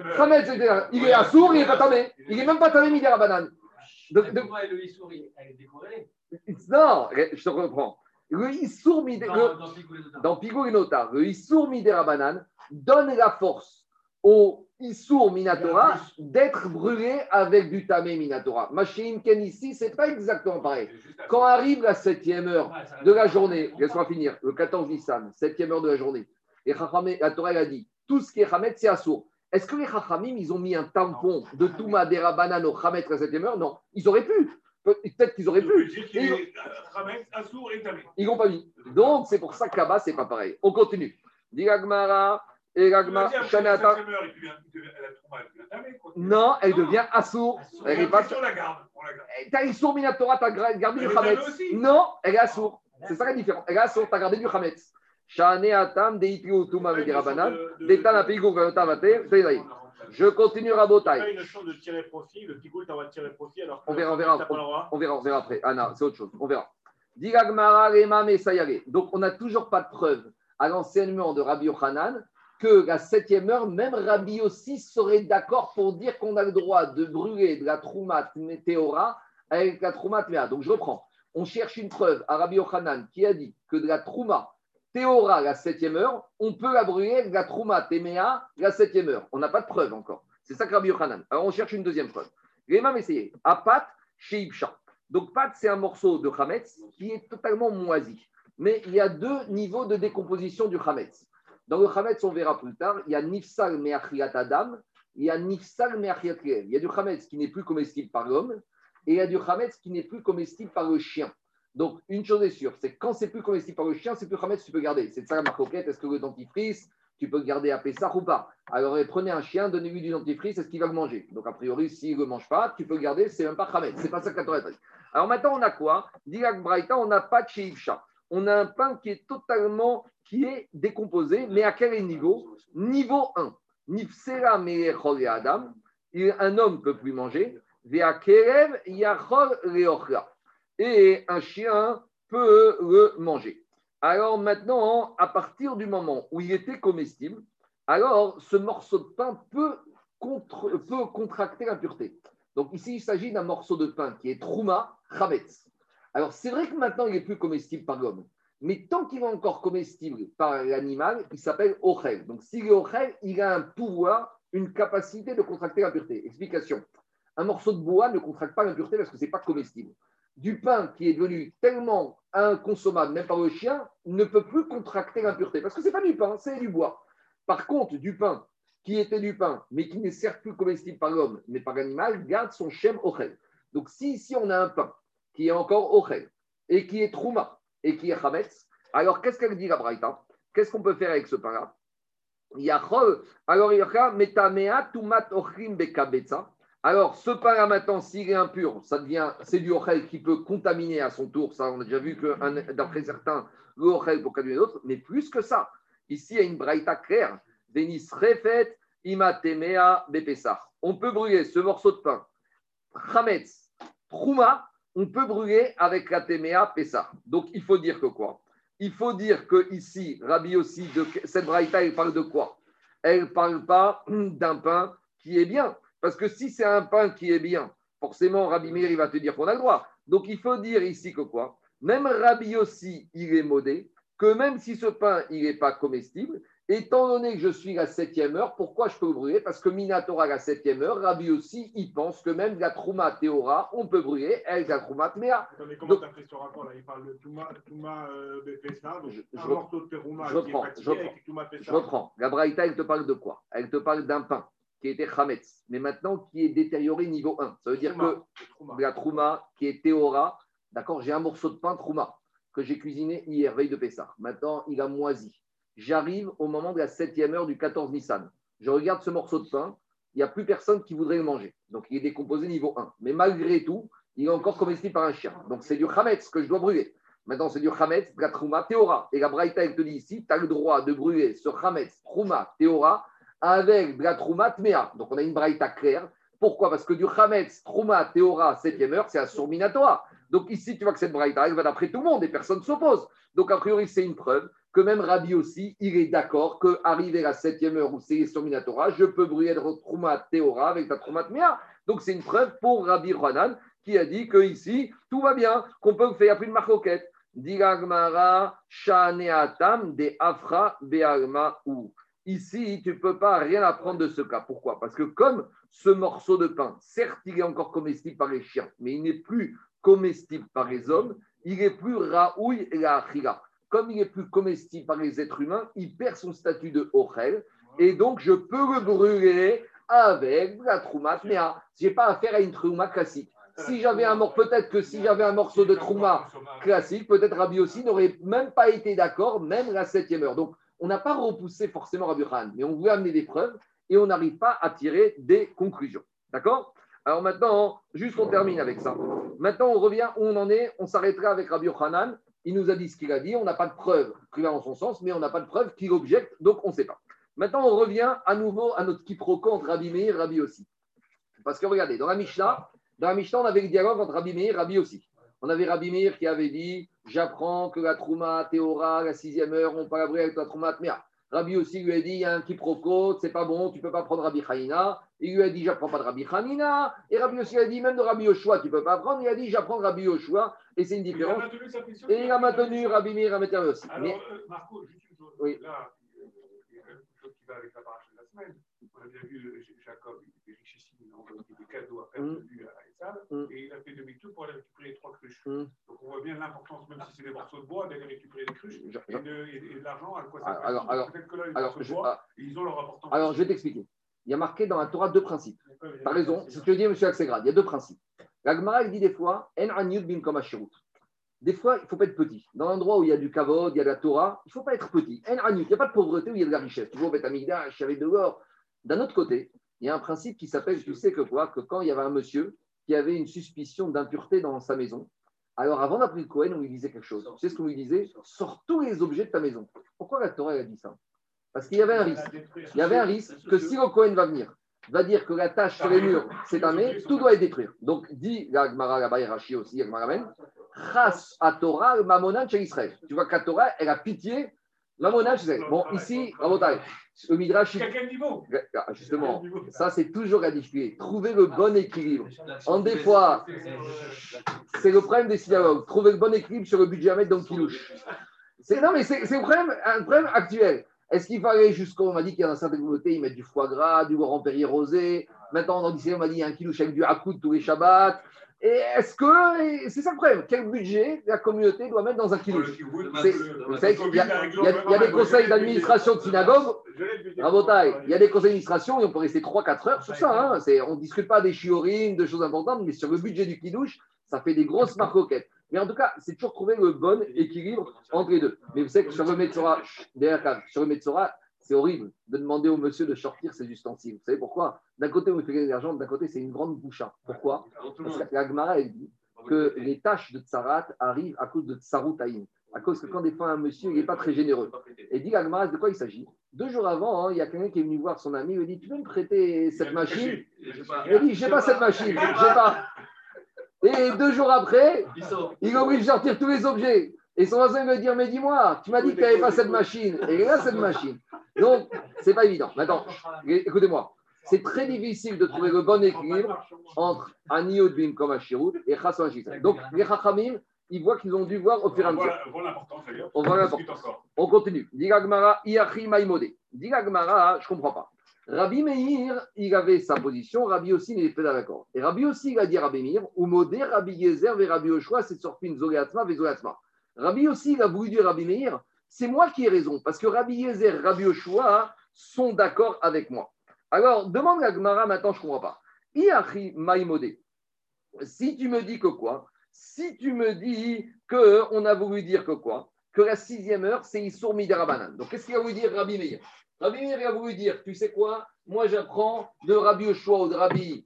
il est Assour, il n'est pas Tamé. Il n'est même pas Tamé Miderabanan. La Touma et le Issour, elle est décorrélée. Non, je te reprends. Le Issour dans Pigou et Notar, le Issour Miderabanan donne la force au Issour Minatora d'être brûlé avec du Tamé Minatora. Machine Ken ici, c'est pas exactement pareil. Quand arrive la 7e heure de la journée, laisse-moi finir, le 14 Nissan, 7e heure de la journée, et la Torah a dit, tout ce qui est Chametz, c'est Assour. Est-ce que les Chachamim, ils ont mis un tampon de Touma Derabanan au Chametz à la 7e heure? Non, ils auraient pu. Peut-être qu'ils auraient pu. Ils n'ont pas mis. Donc, c'est pour ça que là-bas, c'est pas pareil. On continue. Diragmara. Et l'agma, Shaneatam. Non, elle devient assour. Elle est pas. T'as Issour Minatora, t'as gardé du Hametz. Non, elle est assour. C'est ça la différence. Elle est assour, t'as gardé du Hametz. Shaneatam, Deitiu, Touma, Medirabanan, Detan, Apigo, Ganotamate, Feidaï. Je continue à Botaï. Il y a une notion de tirer profit. Le Pigoul, tu as tirer profit. Alors on verra après. Anna, c'est autre chose. On verra. Donc, on n'a toujours pas de preuve à l'enseignement de Rabbi Yochanan que la 7e heure, même Rabbi aussi serait d'accord pour dire qu'on a le droit de brûler de la Troumat Météora avec la Troumat Méa. Donc, je reprends. On cherche une preuve à Rabbi Yochanan qui a dit que de la Trouma Théora, la 7e heure, on peut la brûler avec la Trouma Téméa, la 7e heure. On n'a pas de preuve encore. C'est ça que Rabbi Yochanan. Alors, on cherche une deuxième preuve. L'imam essayé. Apat chez Ibcha. Donc, pat, c'est un morceau de Hametz qui est totalement moisi. Mais il y a deux niveaux de décomposition du Hametz. Dans le Hametz, on verra plus tard, il y a Nifsal Me'achiat Adam, il y a Nifsal Me'achiat Lev. Il y a du Hametz qui n'est plus comestible par l'homme et il y a du Hametz qui n'est plus comestible par le chien. Donc, une chose est sûre, c'est que quand c'est plus comestible par le chien, c'est plus Hametz, tu peux garder. C'est ça la marcoquette. Est-ce que le dentifrice, tu peux le garder à Pessah ou pas? Alors, prenez un chien, donnez-lui du dentifrice, est-ce qu'il va le manger? Donc, a priori, s'il ne le mange pas, tu peux le garder, c'est même pas Hametz. C'est pas ça que la Torah dit. Alors maintenant, on a quoi? Dilak Braïta, on n'a pas de Sheivcha. On a un pain qui est décomposé, mais à quel niveau? Niveau 1. Nifsera me'echol Adam, un homme ne peut plus manger. Vea kerev yachol leochla. Et un chien peut le manger. Alors maintenant, à partir du moment où il était comestible, alors ce morceau de pain peut contracter l'impureté. Donc ici, il s'agit d'un morceau de pain qui est trouma, chametz. Alors c'est vrai que maintenant, il n'est plus comestible par l'homme. Mais tant qu'il est encore comestible par l'animal, il s'appelle ochel. Donc s'il est ochel, il a un pouvoir, une capacité de contracter l'impureté. Explication. Un morceau de bois ne contracte pas l'impureté parce que ce n'est pas comestible. Du pain qui est devenu tellement inconsommable, même par le chien, ne peut plus contracter l'impureté parce que ce n'est pas du pain, c'est du bois. Par contre, du pain qui était du pain, mais qui n'est certes plus comestible par l'homme, mais par l'animal, garde son shem ochel. Donc si ici on a un pain qui est encore ochel et qui est trouma et qui est chametz, alors qu'est-ce qu'elle dit la Braïta? Qu'est-ce qu'on peut faire avec ce pain-là? Alors il y a metamea tumat ochrim bekabetza. Alors, ce pain-là, maintenant, s'il est impur, c'est du ochel qui peut contaminer à son tour. Ça, on a déjà vu que, d'après certains, le ochel pour contaminer d'autres. Mais plus que ça, ici, il y a une braïta claire. Denis refet imatemea bepesach. On peut brûler ce morceau de pain. Chametz, trouma, on peut brûler avec la temea pesach. Donc, il faut dire que quoi? Il faut dire que ici, Rabbi aussi, cette braïta, elle parle de quoi? Elle ne parle pas d'un pain qui est bien. Parce que si c'est un pain qui est bien, forcément, Rabbi Meir, il va te dire qu'on a le droit. Donc, il faut dire ici que quoi? Même Rabbi aussi, il est modé, que même si ce pain, il n'est pas comestible, étant donné que je suis la 7e heure, pourquoi je peux le brûler? Parce que Minatora, la 7e heure, Rabbi aussi, il pense que même la Trouma Théora, on peut brûler avec la Trouma Méa. Mais comment tu as fait ce rapport là? Il parle de Touma Bepessa, donc un morceau de Terouma qui est fatigué avec Touma Pessa. Je reprends. La Braïta, elle te parle de quoi? Elle te parle d'un pain qui était chametz, mais maintenant qui est détérioré niveau 1. Ça veut dire que la trouma qui est théora, d'accord, j'ai un morceau de pain trouma que j'ai cuisiné hier, veille de Pessah. Maintenant, il a moisi. J'arrive au moment de la 7e heure du 14 Nissan. Je regarde ce morceau de pain, il n'y a plus personne qui voudrait le manger. Donc, il est décomposé niveau 1. Mais malgré tout, il est encore comestible par un chien. Donc, c'est du chametz que je dois brûler. Maintenant, c'est du chametz, de la trouma théora. Et la Braïta, elle te dit ici, tu as le droit de brûler ce chametz, trouma théora, avec de la Trouma Tméa. Donc, on a une braïta claire. Pourquoi? Parce que du Chametz, Trouma, Théora, 7e heure, c'est à Surminatoire. Donc, ici, tu vois que cette braïta, elle va d'après tout le monde et personne ne s'oppose. Donc, a priori, c'est une preuve que même Rabbi aussi, il est d'accord qu'arrivé à la 7e heure où c'est Surminatoire, je peux brûler de Trouma, Théora avec la Trouma Tméa. Donc, c'est une preuve pour Rabbi Ronan qui a dit qu'ici, tout va bien, qu'on peut le faire. Il n'y a plus de marcoquette. Digagmara, Shaneatam, de Afra, Bealma, ou. Ici, tu ne peux pas rien apprendre de ce cas. Pourquoi? Parce que comme ce morceau de pain, certes, il est encore comestible par les chiens, mais il n'est plus comestible par les hommes, il est plus raoui et la achila. Comme il n'est plus comestible par les êtres humains, il perd son statut de ochel, et donc je peux le brûler avec la trouma tméa. Je n'ai pas affaire à une trouma classique. Si j'avais peut-être que si j'avais un morceau de trouma classique, peut-être Rabbi aussi n'aurait même pas été d'accord, même la 7e heure. Donc, on n'a pas repoussé forcément Rabbi Yochanan, mais on voulait amener des preuves et on n'arrive pas à tirer des conclusions. D'accord? Alors maintenant, juste on termine avec ça. Maintenant, on revient où on en est. On s'arrêtera avec Rabbi Yochanan. Il nous a dit ce qu'il a dit. On n'a pas de preuve qui va dans son sens, mais on n'a pas de preuve qu'il objecte, donc on ne sait pas. Maintenant, on revient à nouveau à notre quiproquo entre Rabbi Meir et Rabbi Yossi. Parce que regardez, dans la Mishnah, on avait le dialogue entre Rabbi Meir et Rabbi Yossi. On avait Rabbi Meir qui avait dit « J'apprends que la Trouma, Théora, la 6e heure, on parle avec la Trouma, Tmea ». Rabbi Yossi lui a dit « Il y a un quiproquo, c'est pas bon, tu ne peux pas prendre Rabbi Hanina ». Il lui a dit « J'apprends pas de Rabbi Hanina ». Et Rabbi Yossi a dit « Même de Rabbi Yoshua, tu ne peux pas prendre ». Il a dit « J'apprends de Rabbi Yoshua ». Et c'est une différence. Et il a maintenu Rabbi Meir, Rabbi Yossi. Alors, Marco, juste une chose. Oui. Là, il y a quelque chose qui va avec la paracha de la semaine. On a bien vu Jacob, il était richissime, il a envoyé des cadeaux à faire de lui à Esav, et il a fait demi-tour pour aller récupérer les 3 cruches. Donc on voit bien l'importance, même si c'est des morceaux de bois, d'aller récupérer les cruches et de l'argent, à quoi ça sert. Peut-être que là, les morceaux de bois, ils ont leur importance. Alors, je vais t'expliquer. Il y a marqué dans la Torah 2 principes. Tu as raison, c'est ce que je dis, M. Axegrad. Il y a 2 principes. La Gemara, il dit des fois, En anyud bim kom hashirut. Des fois, il ne faut pas être petit. Dans l'endroit où il y a du kavod, il y a de la Torah, il ne faut pas être petit. En anyut, il n'y a pas de pauvreté où il y a de la richesse. Tu vois, Beth Amikdash, il y avait de l'or. D'un autre côté, il y a un principe qui s'appelle, tu sais que quoi, que quand il y avait un monsieur qui avait une suspicion d'impureté dans sa maison, alors avant d'appeler le Kohen, on lui disait quelque chose. Tu sais ce qu'on lui disait? Sors tous les objets de ta maison. Pourquoi la Torah a dit ça? Parce qu'il y avait un risque. Il y avait un risque que si le Kohen va venir, va dire que la tâche sur les murs, c'est tamé, tout doit être détruit. Donc, dit la Gemara, la Baïrachi aussi, la Gemara même, Chas à Torah, le Mamonan chez Israël. Tu vois que la Torah, elle a pitié, Mamonan chez Israël. Bon, ici, le Midrash. Justement, ça, c'est toujours la difficulté. Trouver le bon équilibre. Des fois, c'est le problème des synagogues. Trouver le bon équilibre sur le budget à mettre dans le kilouche. Non, mais c'est un problème actuel. Est-ce qu'il fallait jusqu'au, on m'a dit qu'il y a dans certaines communautés, ils mettent du foie gras, du Laurent Perrier rosé. Maintenant, dans l'Israël, on m'a dit qu'il y a un kilouche avec du hakout tous les Shabbats. Et est-ce que, c'est ça le problème, quel budget la communauté doit mettre dans un kilouche? Vous savez qu'il y a des conseils d'administration de synagogue. Il y a des conseils d'administration et on peut rester 3-4 heures sur ça. On ne discute pas des chiorines, de choses importantes, mais sur le budget du kilouche, ça fait des grosses marcoquettes. Mais en tout cas, c'est toujours trouver le bon équilibre entre les deux. Mais vous savez que sur le Metzora, c'est horrible de demander au monsieur de sortir ses ustensiles. Vous savez pourquoi? D'un côté, on fait gagner de l'argent, d'un côté, c'est une grande boucha. Pourquoi? Parce que la Gemara, elle dit que les tâches de tsarat arrivent à cause de tsarutaïm. À cause que quand des fois un monsieur il n'est pas très généreux. Et dit la Gemara, de quoi il s'agit? 2 jours avant, il y a quelqu'un qui est venu voir son ami, il lui dit, tu peux me prêter cette machine? Il dit, je n'ai pas cette machine, je n'ai pas. Et 2 jours après, il oblige de sortir tous les objets. Et son voisin me dit, mais dis-moi, tu m'as dit que tu n'avais pas cette machine. Et il a cette machine. Donc, ce n'est pas évident. Maintenant, écoutez-moi, c'est très difficile de trouver le bon équilibre entre Aniyot Bim comme Hashirut et Chasson Hashirut. Donc, les Chachamim, ils voient qu'ils ont dû voir au fur et à mesure. On voit l'importance. On continue. Diga Gemara, Iachi Maïmode. Diga Gemara, je ne comprends pas. Rabbi Meir, il avait sa position, Rabbi aussi n'était pas d'accord. Et Rabbi aussi, il a dit à Rabbi Meir, ou modé Rabbi Yezer et Rabbi Yoshua, c'est sorti une Zoléatma, Vézoléatma. Rabbi aussi, il a voulu dire Rabbi Meir, c'est moi qui ai raison, parce que Rabbi Yezer et Rabbi Yoshua sont d'accord avec moi. Alors, demande la Gemara, maintenant, je ne comprends pas. Iachi Maïmode. Si tu me dis que quoi? Si tu me dis qu'on a voulu dire que quoi? Que la 6e heure, c'est Issour Midarabanan. Donc, qu'est-ce qu'il a voulu dire Rabbi Meir? Rabbi Meir a voulu dire, tu sais quoi? Moi, j'apprends de Rabbi Yoshua ou de Rabbi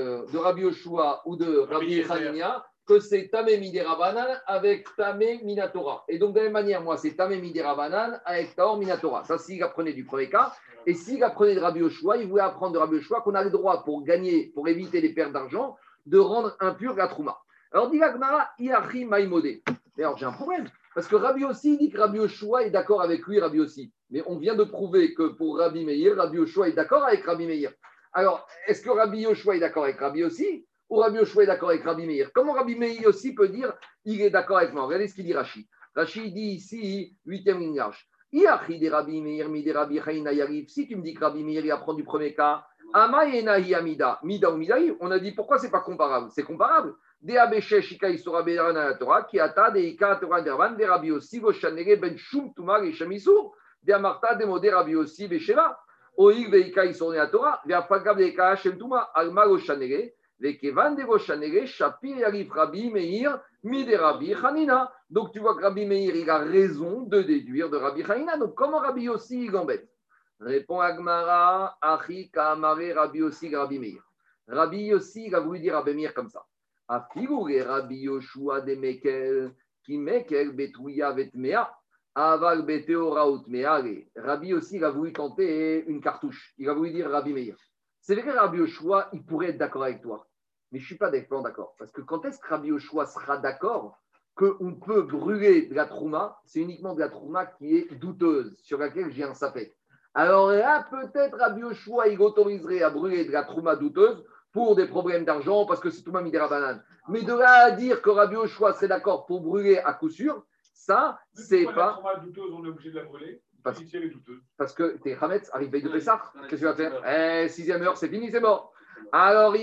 Yoshua ou de Rabbi Hanania que c'est Tamé Midarabanan avec Tamé Minatora. Et donc, de la même manière, moi, c'est Tamé Midarabanan avec Taor Minatora. Ça, s'il apprenait du premier cas. Et s'il apprenait de Rabbi Yoshua, il voulait apprendre de Rabbi Yoshua qu'on a le droit, pour gagner, pour éviter les pertes d'argent, de rendre impur la Trouma. Alors, dit la Gemara, Iachi Maïmode. Mais alors, j'ai un problème. Parce que Rabbi aussi dit que Rabbi Yoshua est d'accord avec lui, Rabbi aussi. Mais on vient de prouver que pour Rabbi Meir, Rabbi Yoshua est d'accord avec Rabbi Meir. Alors, est-ce que Rabbi Yoshua est d'accord avec Rabbi aussi ou Rabbi Yoshua est d'accord avec Rabbi Meir? Comment Rabbi Meir aussi peut dire il est d'accord avec moi? Regardez ce qu'il dit Rashi. Rashi dit ici, 8e ligne large. Iachi de Rabbi Meir, mi de Rabbi Chaina Yarif. Si tu me dis que Rabbi Meir il apprend du premier cas, Ama Enahi Amida, Mida ou Midaï, on a dit pourquoi c'est pas comparable? C'est comparable. De Abeshe Shika Isura Beran à la Torah, qui ata de Ika Torah Dervan, de Rabbi Ossi, Goshanere Ben Shum Tumar et Shamisur, de Amarta de Modé Rabbi Ossi Besheva, Oig Veika Isura la Torah, de Afagab de Ika Hashem Tuma, Alma Goshanere, Vekevan de Goshanere, Shapir Yarif Rabbi Meir, Mide Rabbi Hanina. Donc tu vois que Rabbi Meir, il a raison de déduire de Rabbi Hanina. Donc comment Rabbi Yossi, il embête? Répond Agmara, Achi Kamare Rabbi Yossi, Rabbi Meir. Rabbi Yossi, il a voulu dire Rabbi Meir comme ça. Afigure Rabbi Yoshua de Mekel, qui Mekel Betouya Vetmea, Aval Beteora Utmeare. Rabbi Yossi, il a voulu tenter une cartouche. Il a voulu dire Rabbi Meir. C'est vrai que Rabbi Yoshua, il pourrait être d'accord avec toi. Mais je ne suis pas d'accord. Parce que quand est-ce que Rabbi Yoshua sera d'accord qu'on peut brûler de la trouma? C'est uniquement de la trouma qui est douteuse, sur laquelle j'ai un sapet. Alors là, peut-être Rabbi Yoshua, il autoriserait à brûler de la trouma douteuse pour des problèmes d'argent, parce que c'est tout le même idée banane. Mais de là à dire que Rabbi Yoshua serait d'accord pour brûler à coup sûr, ça, c'est pas. La trouma douteuse, on est obligé de la brûler. Parce que tes Hametz arrivent veille de Pessah. Qu'est-ce que tu vas faire? 6e heure, c'est fini, c'est mort. Alors,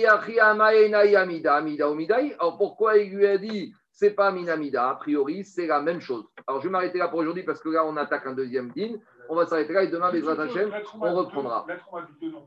alors pourquoi il lui a dit c'est pas Minamida? A priori, c'est la même chose. Alors, je vais m'arrêter là pour aujourd'hui parce que là, on attaque un deuxième din. On va s'arrêter là et demain, Bezrat Hashem, on reprendra.